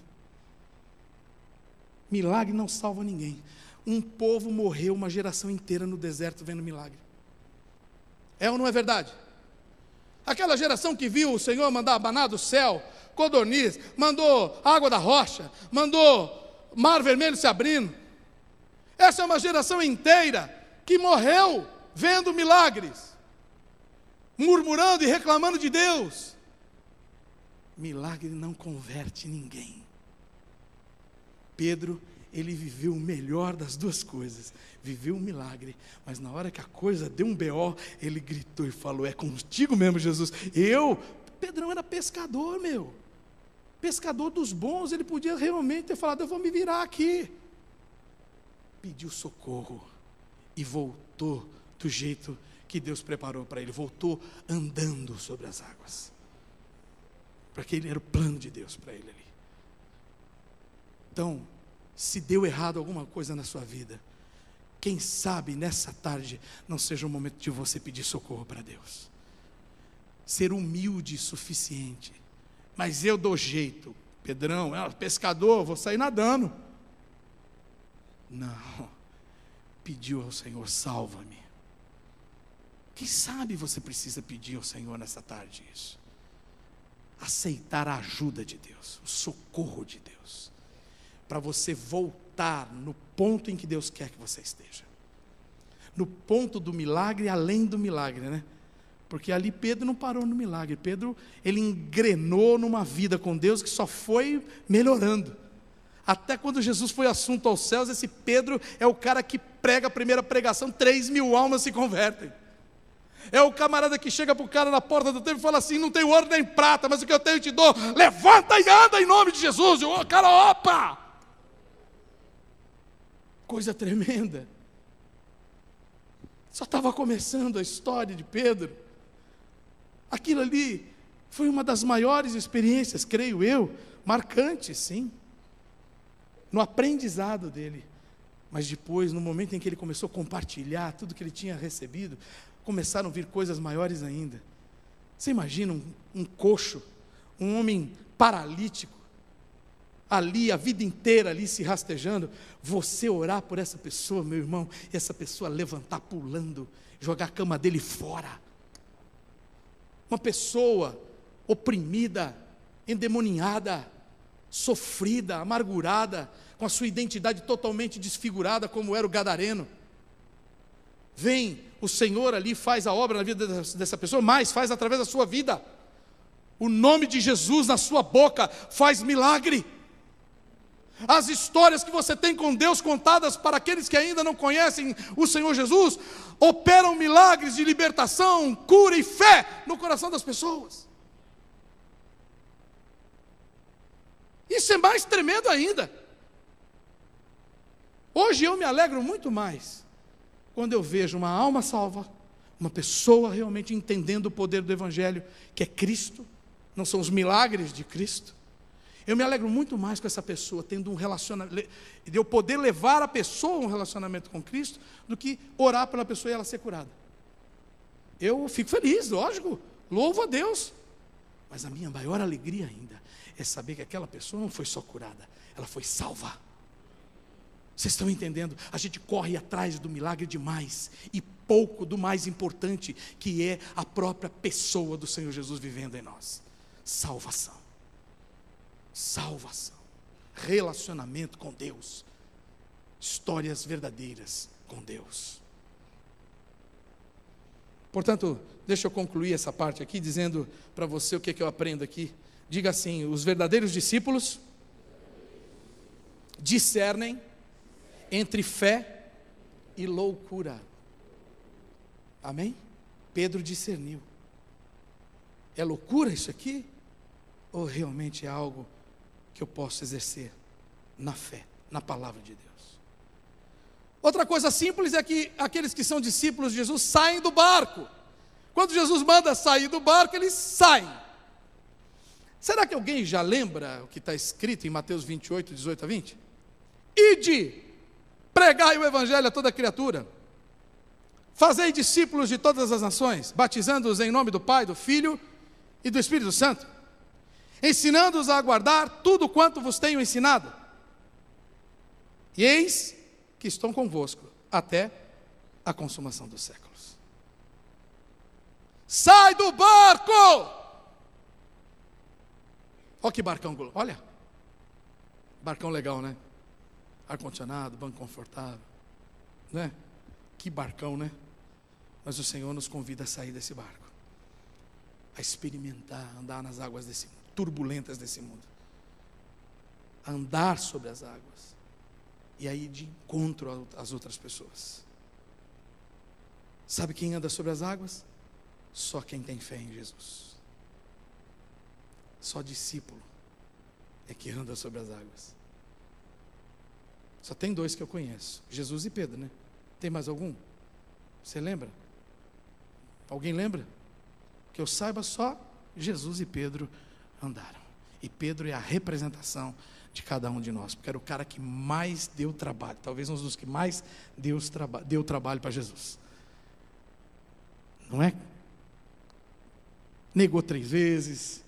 Milagre não salva ninguém. Um povo morreu uma geração inteira no deserto vendo milagre. É ou não é verdade? Aquela geração que viu o Senhor mandar maná do céu, codorniz, mandou água da rocha, mandou mar vermelho se abrindo. Essa é uma geração inteira que morreu vendo milagres, murmurando e reclamando de Deus. Milagre não converte ninguém. Pedro, ele viveu o melhor das duas coisas. Viveu um milagre, mas na hora que a coisa deu um B O, ele gritou e falou: é contigo mesmo, Jesus. Eu, Pedrão era pescador, meu. Pescador dos bons, ele podia realmente ter falado: eu vou me virar aqui. Pediu socorro e voltou do jeito que Deus preparou para ele. Voltou andando sobre as águas. Porque ele era o plano de Deus para ele ali. Então, se deu errado alguma coisa na sua vida, quem sabe nessa tarde não seja o momento de você pedir socorro para Deus. Ser humilde o suficiente. Mas eu dou jeito. Pedrão, é um pescador, vou sair nadando. Não. Pediu ao Senhor: salva-me. Quem sabe você precisa pedir ao Senhor nessa tarde isso. Aceitar a ajuda de Deus, o socorro de Deus, para você voltar no ponto em que Deus quer que você esteja, no ponto do milagre, além do milagre, né? Porque ali Pedro não parou no milagre. Pedro, ele engrenou numa vida com Deus que só foi melhorando. Até quando Jesus foi assunto aos céus, esse Pedro é o cara que prega a primeira pregação, três mil almas se convertem. É o camarada que chega para o cara na porta do templo e fala assim: não tenho ouro nem prata, mas o que eu tenho eu te dou, levanta e anda em nome de Jesus. E o cara, opa! Coisa tremenda. Só estava começando a história de Pedro. Aquilo ali foi uma das maiores experiências, creio eu, marcantes, sim, no aprendizado dele. Mas depois, no momento em que ele começou a compartilhar tudo que ele tinha recebido, começaram a vir coisas maiores ainda. Você imagina um, um coxo, um homem paralítico, ali a vida inteira ali se rastejando, você orar por essa pessoa, meu irmão, e essa pessoa levantar pulando, jogar a cama dele fora. Uma pessoa oprimida, endemoniada, sofrida, amargurada, com a sua identidade totalmente desfigurada, como era o gadareno. Vem o Senhor ali, faz a obra na vida dessa pessoa, mas faz através da sua vida. O nome de Jesus na sua boca faz milagre. As histórias que você tem com Deus contadas para aqueles que ainda não conhecem o Senhor Jesus, operam milagres de libertação, cura e fé no coração das pessoas. Isso é mais tremendo ainda. Hoje eu me alegro muito mais quando eu vejo uma alma salva, uma pessoa realmente entendendo o poder do Evangelho, que é Cristo, não são os milagres de Cristo. Eu me alegro muito mais com essa pessoa tendo um relacionamento, de eu poder levar a pessoa a um relacionamento com Cristo, do que orar pela pessoa e ela ser curada. Eu fico feliz, lógico, louvo a Deus, mas a minha maior alegria ainda é saber que aquela pessoa não foi só curada, ela foi salva. Vocês estão entendendo? A gente corre atrás do milagre demais e pouco do mais importante, que é a própria pessoa do Senhor Jesus vivendo em nós. Salvação. Salvação. Relacionamento com Deus. Histórias verdadeiras com Deus. Portanto, deixa eu concluir essa parte aqui, dizendo para você o que é que eu aprendo aqui. Diga assim: os verdadeiros discípulos discernem entre fé e loucura. Amém? Pedro discerniu. É loucura isso aqui? Ou realmente é algo que eu posso exercer na fé, na palavra de Deus? Outra coisa simples é que aqueles que são discípulos de Jesus saem do barco. Quando Jesus manda sair do barco, eles saem. Será que alguém já lembra o que está escrito em Mateus vinte e oito, dezoito a vinte? ide, pregai o evangelho a toda criatura, fazei discípulos de todas as nações, batizando-os em nome do Pai, do Filho e do Espírito Santo, ensinando-os a guardar tudo quanto vos tenho ensinado. E eis que estou convosco até a consumação dos séculos. Sai do barco! Olha que barcão, olha, barcão legal, né? Ar-condicionado, banco confortável, né? Que barcão, né? Mas o Senhor nos convida a sair desse barco, a experimentar, andar nas águas desse mundo, turbulentas desse mundo, a andar sobre as águas, e aí de encontro às outras pessoas. Sabe quem anda sobre as águas? Só quem tem fé em Jesus. Só discípulo é que anda sobre as águas. Só tem dois que eu conheço, Jesus e Pedro, né? Tem mais algum? Você lembra? Alguém lembra? Que eu saiba, só Jesus e Pedro andaram. E Pedro é a representação de cada um de nós, porque era o cara que mais deu trabalho, talvez um dos que mais deu, traba- deu trabalho para Jesus. Não é? Negou três vezes,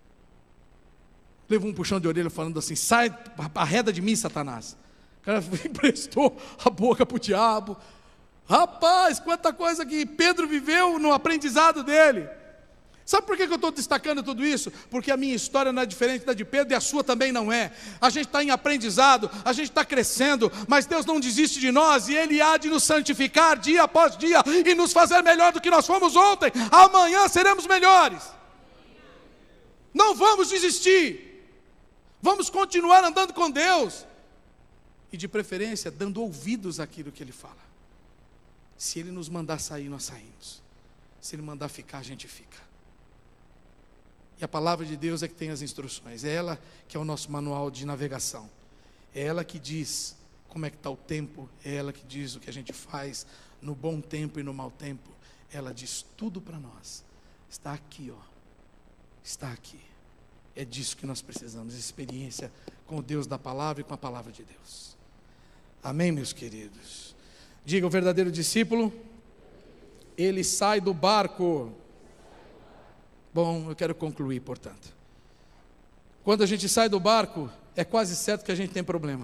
levou um puxão de orelha falando assim: sai, arreda de mim, Satanás. O cara emprestou a boca para o diabo. Rapaz, quanta coisa que Pedro viveu no aprendizado dele. Sabe por que eu estou destacando tudo isso? Porque a minha história não é diferente da de Pedro e a sua também não é. A gente está em aprendizado, a gente está crescendo, mas Deus não desiste de nós e Ele há de nos santificar dia após dia e nos fazer melhor do que nós fomos ontem. Amanhã seremos melhores. Não vamos desistir. Vamos continuar andando com Deus. E de preferência, dando ouvidos àquilo que Ele fala. Se Ele nos mandar sair, nós saímos. Se Ele mandar ficar, a gente fica. E a palavra de Deus é que tem as instruções. É ela que é o nosso manual de navegação. É ela que diz como é que está o tempo. É ela que diz o que a gente faz no bom tempo e no mau tempo. Ela diz tudo para nós. Está aqui, ó. Está aqui. É disso que nós precisamos. Experiência com o Deus da palavra e com a palavra de Deus. Amém, meus queridos? Diga: o verdadeiro discípulo, ele sai do barco. Bom, eu quero concluir, portanto. Quando a gente sai do barco, é quase certo que a gente tem problema.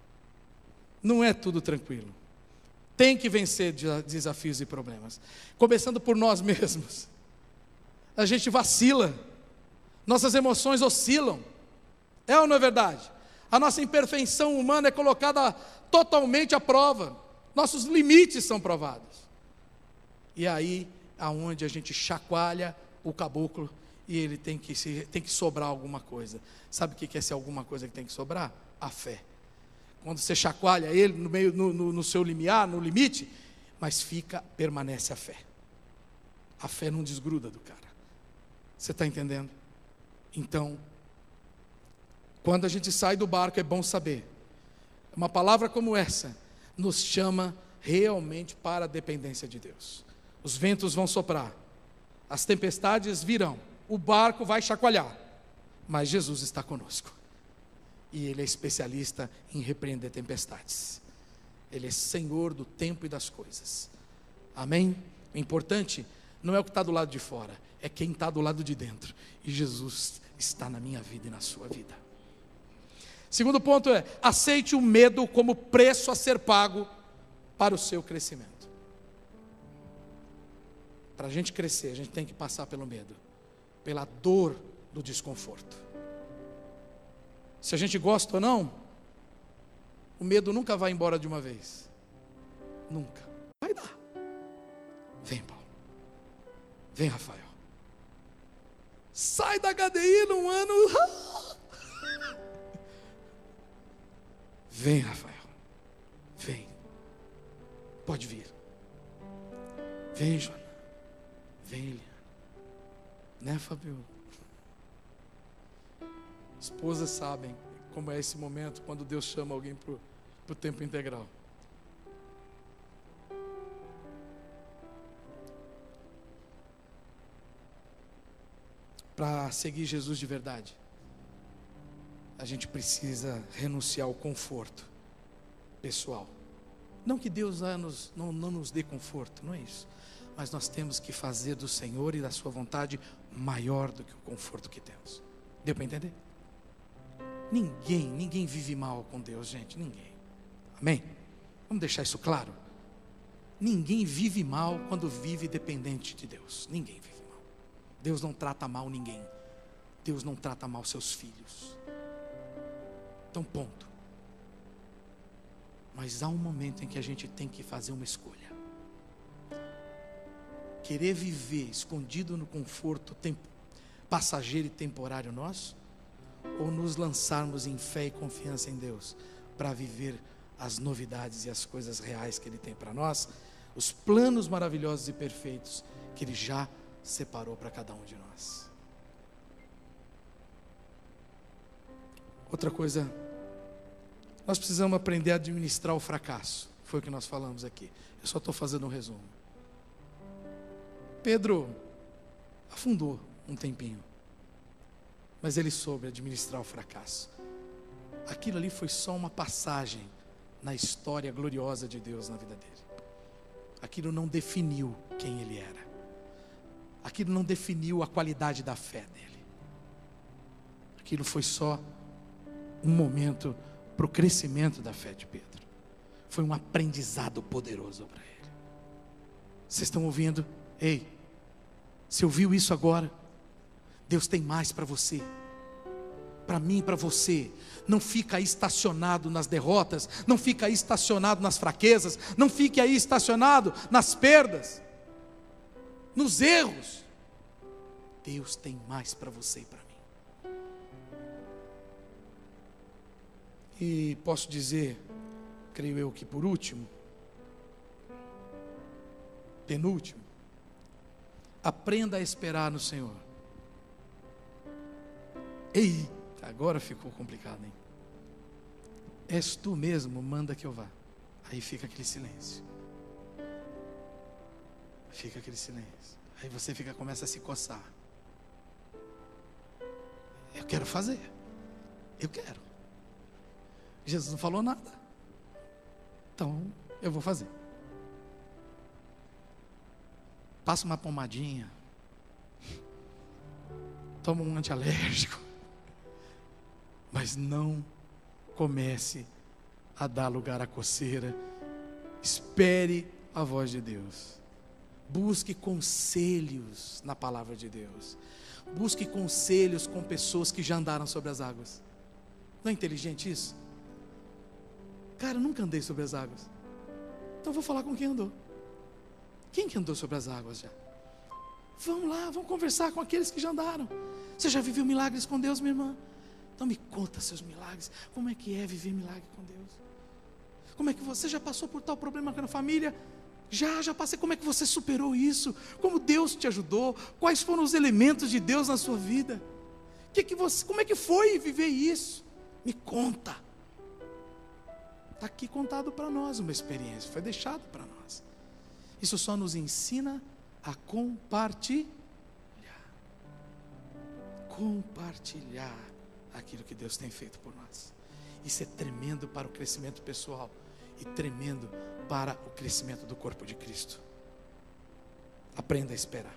Não é tudo tranquilo. Tem que vencer desafios e problemas. Começando por nós mesmos. A gente vacila. Nossas emoções oscilam. É ou não é verdade? A nossa imperfeição humana é colocada totalmente à prova. Nossos limites são provados. E aí, aonde a gente chacoalha o caboclo e ele tem que, se, tem que sobrar alguma coisa. Sabe o que é essa alguma coisa que tem que sobrar? A fé. Quando você chacoalha ele no, meio, no, no, no seu limiar, no limite, mas fica, permanece a fé. A fé não desgruda do cara. Você está entendendo? Então, quando a gente sai do barco, é bom saber. Uma palavra como essa nos chama realmente para a dependência de Deus. Os ventos vão soprar. As tempestades virão, o barco vai chacoalhar, mas Jesus está conosco, e Ele é especialista em repreender tempestades, Ele é Senhor do tempo e das coisas, amém? O importante não é o que está do lado de fora, é quem está do lado de dentro, e Jesus está na minha vida e na sua vida. Segundo ponto é, aceite o medo como preço a ser pago para o seu crescimento. Para a gente crescer, a gente tem que passar pelo medo, pela dor do desconforto. Se a gente gosta ou não, o medo nunca vai embora de uma vez. Nunca. Vai dar. Vem, Paulo. Vem, Rafael. Sai da H D I num ano. Vem, Rafael. Vem. Pode vir. Vem, Joana. Vem, Eliana. Né, Fabio? Esposas sabem como é esse momento quando Deus chama alguém para o tempo integral. Para seguir Jesus de verdade, a gente precisa renunciar ao conforto pessoal. Não que Deus nos, não, não nos dê conforto, não é isso. Mas nós temos que fazer do Senhor e da sua vontade maior do que o conforto que temos. Deu para entender? Ninguém, ninguém vive mal com Deus, gente, ninguém. Amém? Vamos deixar isso claro? Ninguém vive mal quando vive dependente de Deus. Ninguém vive mal. Deus não trata mal ninguém. Deus não trata mal seus filhos. Então, ponto. Mas há um momento em que a gente tem que fazer uma escolha. Querer viver escondido no conforto tempo, passageiro e temporário nosso, ou nos lançarmos em fé e confiança em Deus para viver as novidades e as coisas reais que Ele tem para nós, os planos maravilhosos e perfeitos que Ele já separou para cada um de nós. Outra coisa, nós precisamos aprender a administrar o fracasso. Foi o que nós falamos aqui. Eu só estou fazendo um resumo. Pedro afundou um tempinho, mas ele soube administrar o fracasso. Aquilo ali foi só uma passagem na história gloriosa de Deus na vida dele. Aquilo não definiu quem ele era. Aquilo não definiu a qualidade da fé dele. Aquilo foi só um momento para o crescimento da fé de Pedro. Foi um aprendizado poderoso para ele. Vocês estão ouvindo? Ei, você ouviu isso agora? Deus tem mais para você, para mim e para você. Não fica aí estacionado nas derrotas, não fica aí estacionado nas fraquezas, não fique aí estacionado nas perdas, nos erros. Deus tem mais para você e para mim. E posso dizer, creio eu que por último, penúltimo, aprenda a esperar no Senhor. Ei, agora ficou complicado, hein? És tu mesmo, manda que eu vá. Aí fica aquele silêncio. Fica aquele silêncio. Aí você fica, começa a se coçar. Eu quero fazer. Eu quero. Jesus não falou nada. Então, eu vou fazer. Passa uma pomadinha. Toma um antialérgico. Mas não comece a dar lugar à coceira. Espere a voz de Deus. Busque conselhos na palavra de Deus. Busque conselhos com pessoas que já andaram sobre as águas. Não é inteligente isso? Cara, eu nunca andei sobre as águas. Então eu vou falar com quem andou. Quem que andou sobre as águas já? Vamos lá, vamos conversar com aqueles que já andaram. Você já viveu milagres com Deus, minha irmã? Então me conta seus milagres. Como é que é viver milagre com Deus? Como é que você já passou por tal problema na família? Já, já passei. Como é que você superou isso? Como Deus te ajudou? Quais foram os elementos de Deus na sua vida? Que que você, como é que foi viver isso? Me conta. Está aqui contado para nós uma experiência, foi deixado para nós. Isso só nos ensina a compartilhar. Compartilhar aquilo que Deus tem feito por nós. Isso é tremendo para o crescimento pessoal e tremendo para o crescimento do corpo de Cristo. Aprenda a esperar.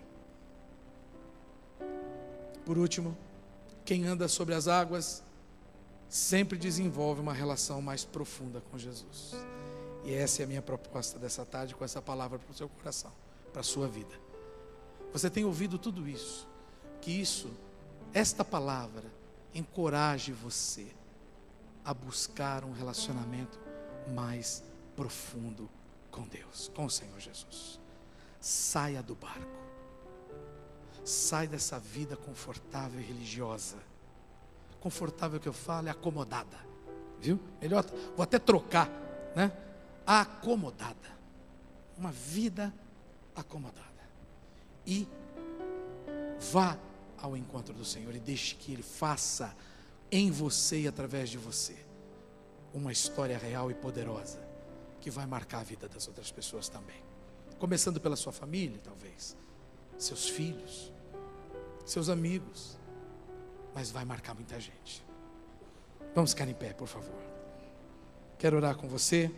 Por último, quem anda sobre as águas sempre desenvolve uma relação mais profunda com Jesus. E essa é a minha proposta dessa tarde, com essa palavra para o seu coração, para a sua vida. Você tem ouvido tudo isso, que isso, esta palavra, encoraje você a buscar um relacionamento mais profundo com Deus, com o Senhor Jesus. Saia do barco. Sai dessa vida confortável e religiosa. Confortável que eu falo é acomodada, viu? Melhor, vou até trocar, né? Acomodada. Uma vida acomodada. E vá ao encontro do Senhor e deixe que Ele faça em você e através de você uma história real e poderosa que vai marcar a vida das outras pessoas também. Começando pela sua família, talvez, seus filhos, seus amigos, mas vai marcar muita gente. Vamos ficar em pé, por favor. Quero orar com você.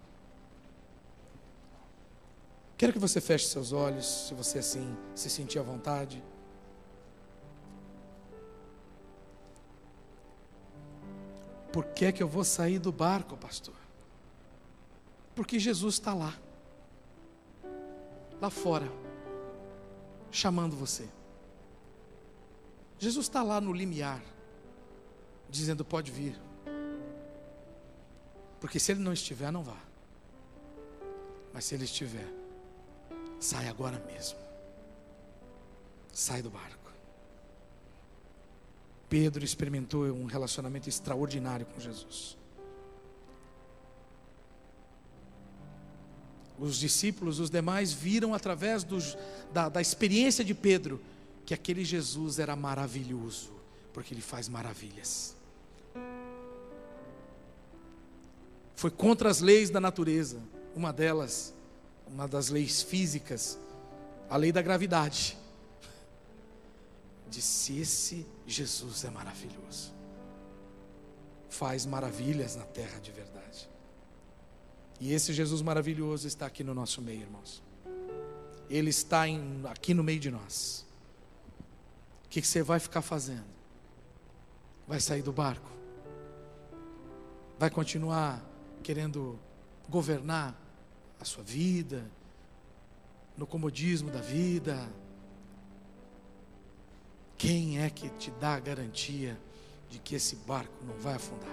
Quero que você feche seus olhos, se você assim se sentir à vontade. Por que é que eu vou sair do barco, pastor? Porque Jesus está lá, lá fora, chamando você. Jesus está lá no limiar, dizendo: pode vir. Porque se Ele não estiver, não vá. Mas se Ele estiver, sai agora mesmo. Sai do barco. Pedro experimentou um relacionamento extraordinário com Jesus. Os discípulos, os demais, viram através dos, da, da experiência de Pedro que aquele Jesus era maravilhoso, porque Ele faz maravilhas. Foi contra as leis da natureza, uma delas, uma das leis físicas, a lei da gravidade. Disse: esse Jesus é maravilhoso, faz maravilhas na terra de verdade. E esse Jesus maravilhoso está aqui no nosso meio, irmãos. Ele está em, aqui no meio de nós. O que, que você vai ficar fazendo? Vai sair do barco? Vai continuar querendo governar a sua vida, no comodismo da vida? Quem é que te dá a garantia de que esse barco não vai afundar?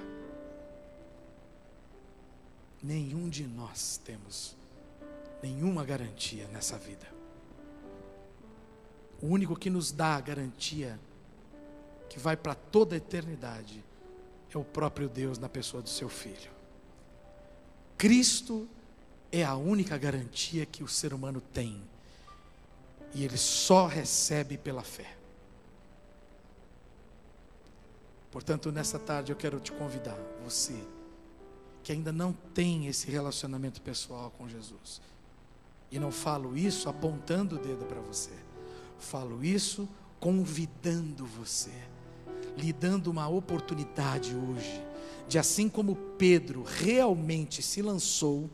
Nenhum de nós temos nenhuma garantia nessa vida. O único que nos dá a garantia que vai para toda a eternidade é o próprio Deus na pessoa do seu Filho. Cristo é a única garantia que o ser humano tem, e ele só recebe pela fé. Portanto, nessa tarde eu quero te convidar, você que ainda não tem esse relacionamento pessoal com Jesus, e não falo isso apontando o dedo para você, falo isso convidando você, lhe dando uma oportunidade hoje, de assim como Pedro realmente se lançou,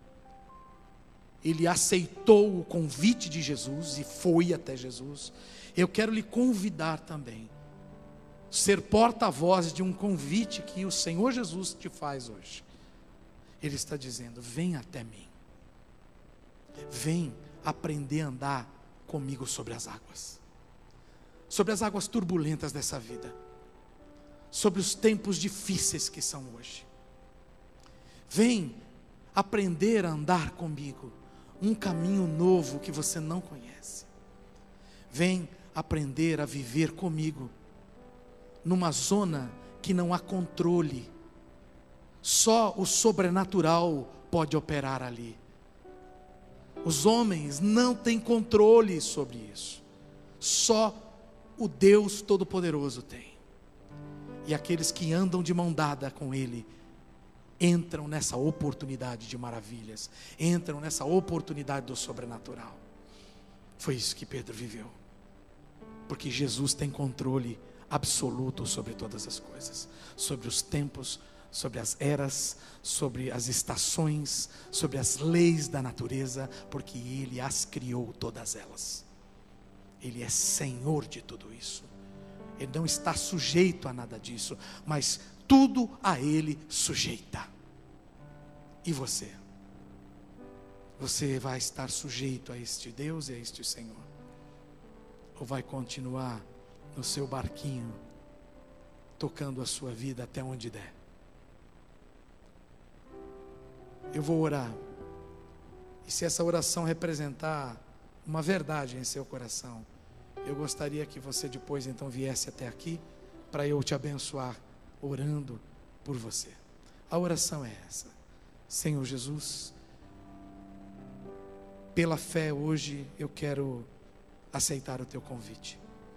ele aceitou o convite de Jesus e foi até Jesus. Eu quero lhe convidar também, ser porta-voz de um convite que o Senhor Jesus te faz hoje. Ele está dizendo: vem até mim, vem aprender a andar comigo sobre as águas, sobre as águas turbulentas dessa vida, sobre os tempos difíceis que são hoje. Vem aprender a andar comigo um caminho novo que você não conhece. Vem aprender a viver comigo numa zona que não há controle. Só o sobrenatural pode operar ali. Os homens não têm controle sobre isso. Só o Deus Todo-Poderoso tem. E aqueles que andam de mão dada com Ele entram nessa oportunidade de maravilhas, entram nessa oportunidade do sobrenatural. Foi isso que Pedro viveu, porque Jesus tem controle absoluto sobre todas as coisas, sobre os tempos, sobre as eras, sobre as estações, sobre as leis da natureza, porque Ele as criou todas elas. Ele é Senhor de tudo isso. Ele não está sujeito a nada disso, mas tudo a Ele sujeita. E você? Você vai estar sujeito a este Deus e a este Senhor? Ou vai continuar no seu barquinho, tocando a sua vida até onde der? Eu vou orar. E se essa oração representar uma verdade em seu coração, eu gostaria que você depois então viesse até aqui, para eu te abençoar, orando por você. A oração é essa: Senhor Jesus, pela fé hoje eu quero aceitar o teu convite.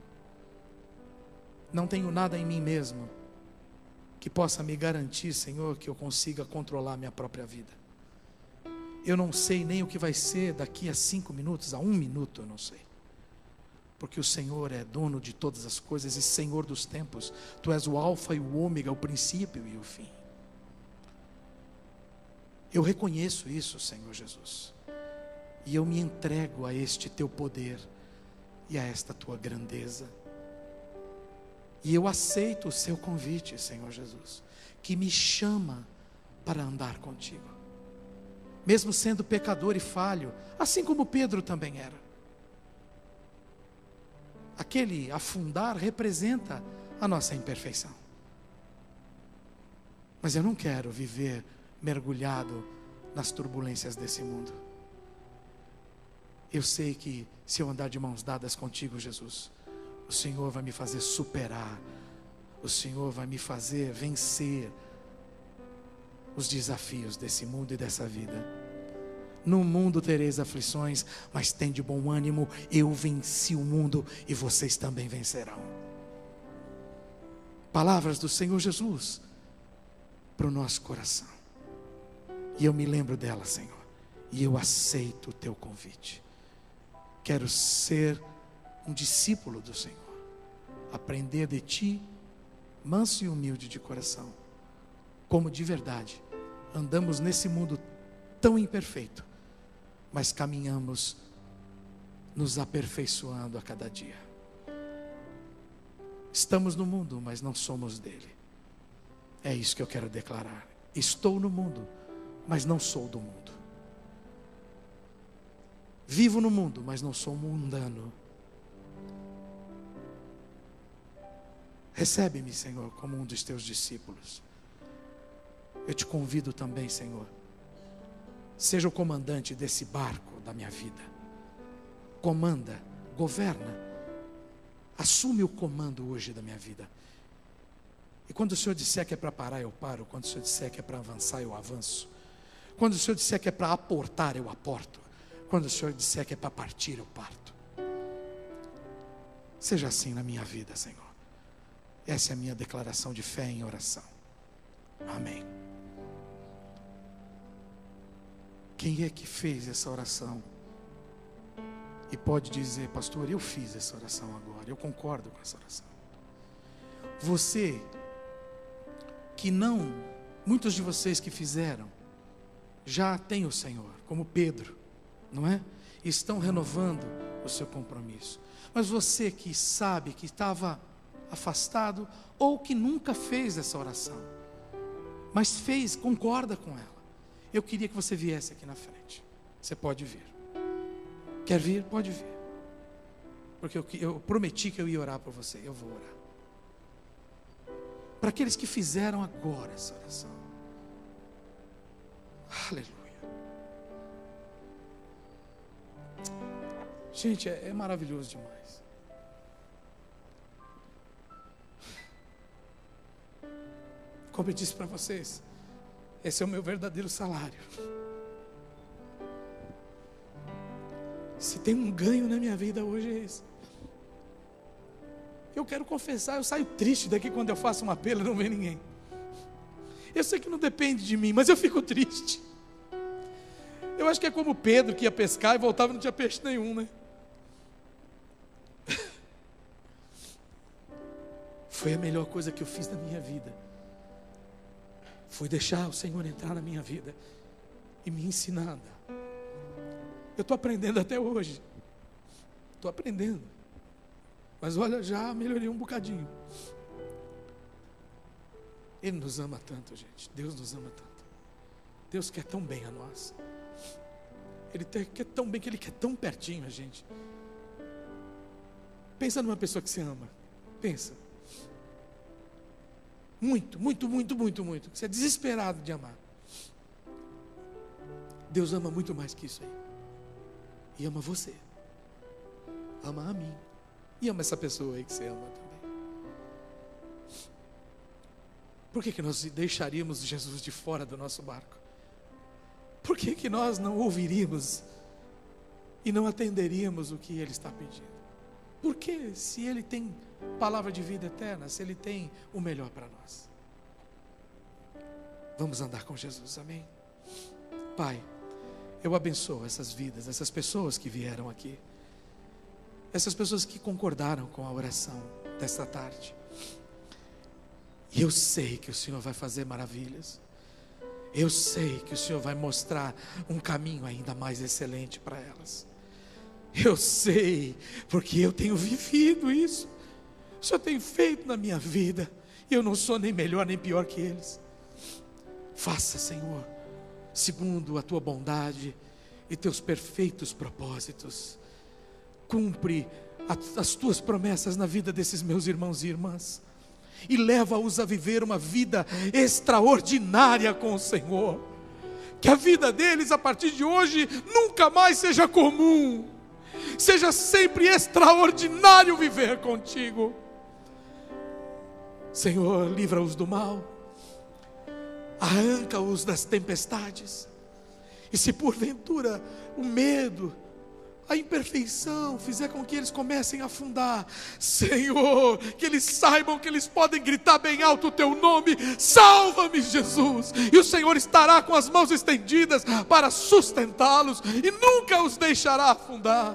Não tenho nada em mim mesmo que possa me garantir, Senhor, que eu consiga controlar minha própria vida. Eu não sei nem o que vai ser daqui a cinco minutos, a um minuto eu não sei. Porque o Senhor é dono de todas as coisas e Senhor dos tempos. Tu és o alfa e o ômega, o princípio e o fim. Eu reconheço isso, Senhor Jesus, e eu me entrego a este teu poder e a esta tua grandeza. E eu aceito o seu convite, Senhor Jesus, que me chama para andar contigo, mesmo sendo pecador e falho, assim como Pedro também era. Aquele afundar representa a nossa imperfeição. Mas eu não quero viver mergulhado nas turbulências desse mundo. Eu sei que se eu andar de mãos dadas contigo, Jesus, o Senhor vai me fazer superar, o Senhor vai me fazer vencer os desafios desse mundo e dessa vida. No mundo tereis aflições, mas tende bom ânimo, eu venci o mundo e vocês também vencerão. Palavras do Senhor Jesus para o nosso coração. E eu me lembro dela, Senhor, e eu aceito o teu convite. Quero ser um discípulo do Senhor, aprender de ti, manso e humilde de coração, como de verdade andamos nesse mundo tão imperfeito, mas caminhamos nos aperfeiçoando a cada dia. Estamos no mundo, mas não somos dele. É isso que eu quero declarar. Estou no mundo, mas não sou do mundo. Vivo no mundo, mas não sou mundano. Recebe-me, Senhor, como um dos teus discípulos. Eu te convido também, Senhor, seja o comandante desse barco da minha vida. Comanda, governa, assume o comando hoje da minha vida. E quando o Senhor disser que é para parar, eu paro. Quando o Senhor disser que é para avançar, eu avanço. Quando o Senhor disser que é para aportar, eu aporto. Quando o Senhor disser que é para partir, eu parto. Seja assim na minha vida, Senhor. Essa é a minha declaração de fé em oração. Amém. Quem é que fez essa oração e pode dizer: pastor, eu fiz essa oração agora, eu concordo com essa oração? Você que não, muitos de vocês que fizeram, já tem o Senhor, como Pedro, não é? Estão renovando o seu compromisso. Mas você que sabe que estava afastado, ou que nunca fez essa oração, mas fez, concorda com ela, eu queria que você viesse aqui na frente. Você pode vir. Quer vir? Pode vir. Porque eu, eu prometi que eu ia orar por você. Eu vou orar. Para aqueles que fizeram agora essa oração. Aleluia. Gente, é, é maravilhoso demais. Como eu disse para vocês, esse é o meu verdadeiro salário. Se tem um ganho na minha vida hoje, é esse. Eu quero confessar, eu saio triste daqui quando eu faço um apelo e não vem ninguém. Eu sei que não depende de mim, mas eu fico triste. Eu acho que é como Pedro, que ia pescar e voltava e não tinha peixe nenhum, né? Foi a melhor coisa que eu fiz na minha vida. Foi deixar o Senhor entrar na minha vida e me ensinar a andar. Eu estou aprendendo até hoje. Estou aprendendo. Mas olha, já melhorei um bocadinho. Ele nos ama tanto, gente. Deus nos ama tanto. Deus quer tão bem a nós. Ele quer tão bem que Ele quer tão pertinho a gente. Pensa numa pessoa que você ama. Pensa. Muito, muito, muito, muito, muito. Você é desesperado de amar. Deus ama muito mais que isso aí. E ama você. Ama a mim. E ama essa pessoa aí que você ama também. Por que que nós deixaríamos Jesus de fora do nosso barco? Por que que nós não ouviríamos e não atenderíamos o que Ele está pedindo? Por que, se Ele tem palavra de vida eterna, se Ele tem o melhor para nós? Vamos andar com Jesus, amém? Pai, eu abençoo essas vidas, essas pessoas que vieram aqui, essas pessoas que concordaram com a oração desta tarde. E eu sei que o Senhor vai fazer maravilhas. eu sei que o Senhor vai mostrar um caminho ainda mais excelente para elas. Eu sei, porque eu tenho vivido isso. O Senhor tem feito na minha vida. E eu não sou nem melhor nem pior que eles. Faça, Senhor, segundo a tua bondade e teus perfeitos propósitos. Cumpre as tuas promessas na vida desses meus irmãos e irmãs. E leva-os a viver uma vida extraordinária com o Senhor. Que a vida deles a partir de hoje nunca mais seja comum. Seja sempre extraordinário viver contigo. Senhor, livra-os do mal. Arranca-os das tempestades. E se porventura o medo, a imperfeição fizer com que eles comecem a afundar, Senhor, que eles saibam que eles podem gritar bem alto o teu nome: salva-me, Jesus. E o Senhor estará com as mãos estendidas para sustentá-los e nunca os deixará afundar.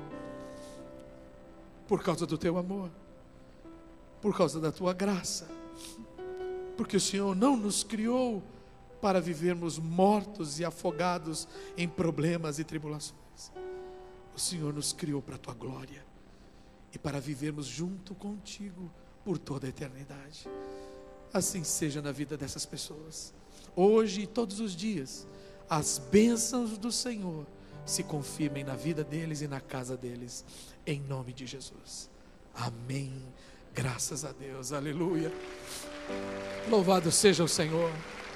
Por causa do teu amor, por causa da tua graça, porque o Senhor não nos criou para vivermos mortos e afogados em problemas e tribulações. O Senhor nos criou para a tua glória e para vivermos junto contigo por toda a eternidade. Assim seja na vida dessas pessoas, hoje e todos os dias. As bênçãos do Senhor se confirmem na vida deles e na casa deles, em nome de Jesus. Amém. Graças a Deus, aleluia. Louvado seja o Senhor.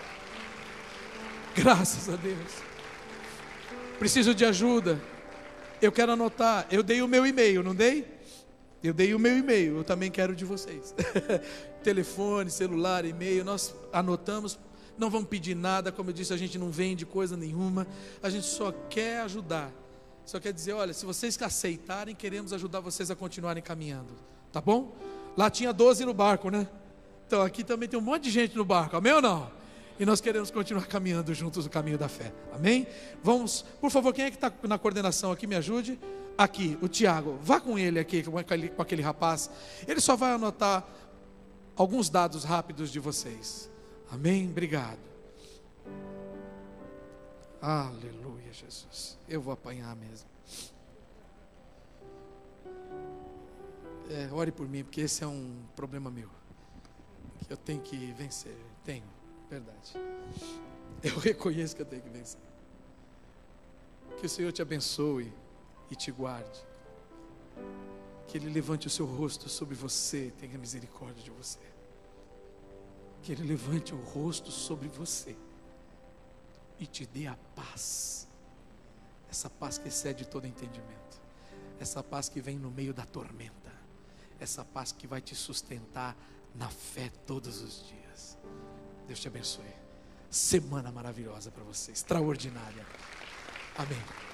Graças a Deus. Preciso de ajuda. Eu quero anotar. Eu dei o meu e-mail, não dei? Eu dei o meu e-mail. Eu também quero de vocês. Telefone, celular, e-mail. Nós anotamos. Não vamos pedir nada. Como eu disse, a gente não vende coisa nenhuma. A gente só quer ajudar. Só quer dizer, olha, se vocês aceitarem, queremos ajudar vocês a continuarem caminhando. Tá bom? Lá tinha doze no barco, né? Então aqui também tem um monte de gente no barco. Amém ou não? E nós queremos continuar caminhando juntos no caminho da fé. Amém? Vamos, por favor, quem é que está na coordenação aqui, me ajude? Aqui, o Tiago. Vá com ele aqui, com aquele, com aquele rapaz. Ele só vai anotar alguns dados rápidos de vocês. Amém? Obrigado. Aleluia, Jesus. Eu vou apanhar mesmo. É, ore por mim, porque esse é um problema meu. Que eu tenho que vencer. Tenho. Verdade. Eu reconheço que eu tenho que vencer. Que o Senhor te abençoe e te guarde. Que Ele levante o seu rosto sobre você e tenha misericórdia de você. Que Ele levante o rosto sobre você e te dê a paz. Essa paz que excede todo entendimento. Essa paz que vem no meio da tormenta. Essa paz que vai te sustentar na fé todos os dias. Deus te abençoe. Semana maravilhosa para você, extraordinária. Amém.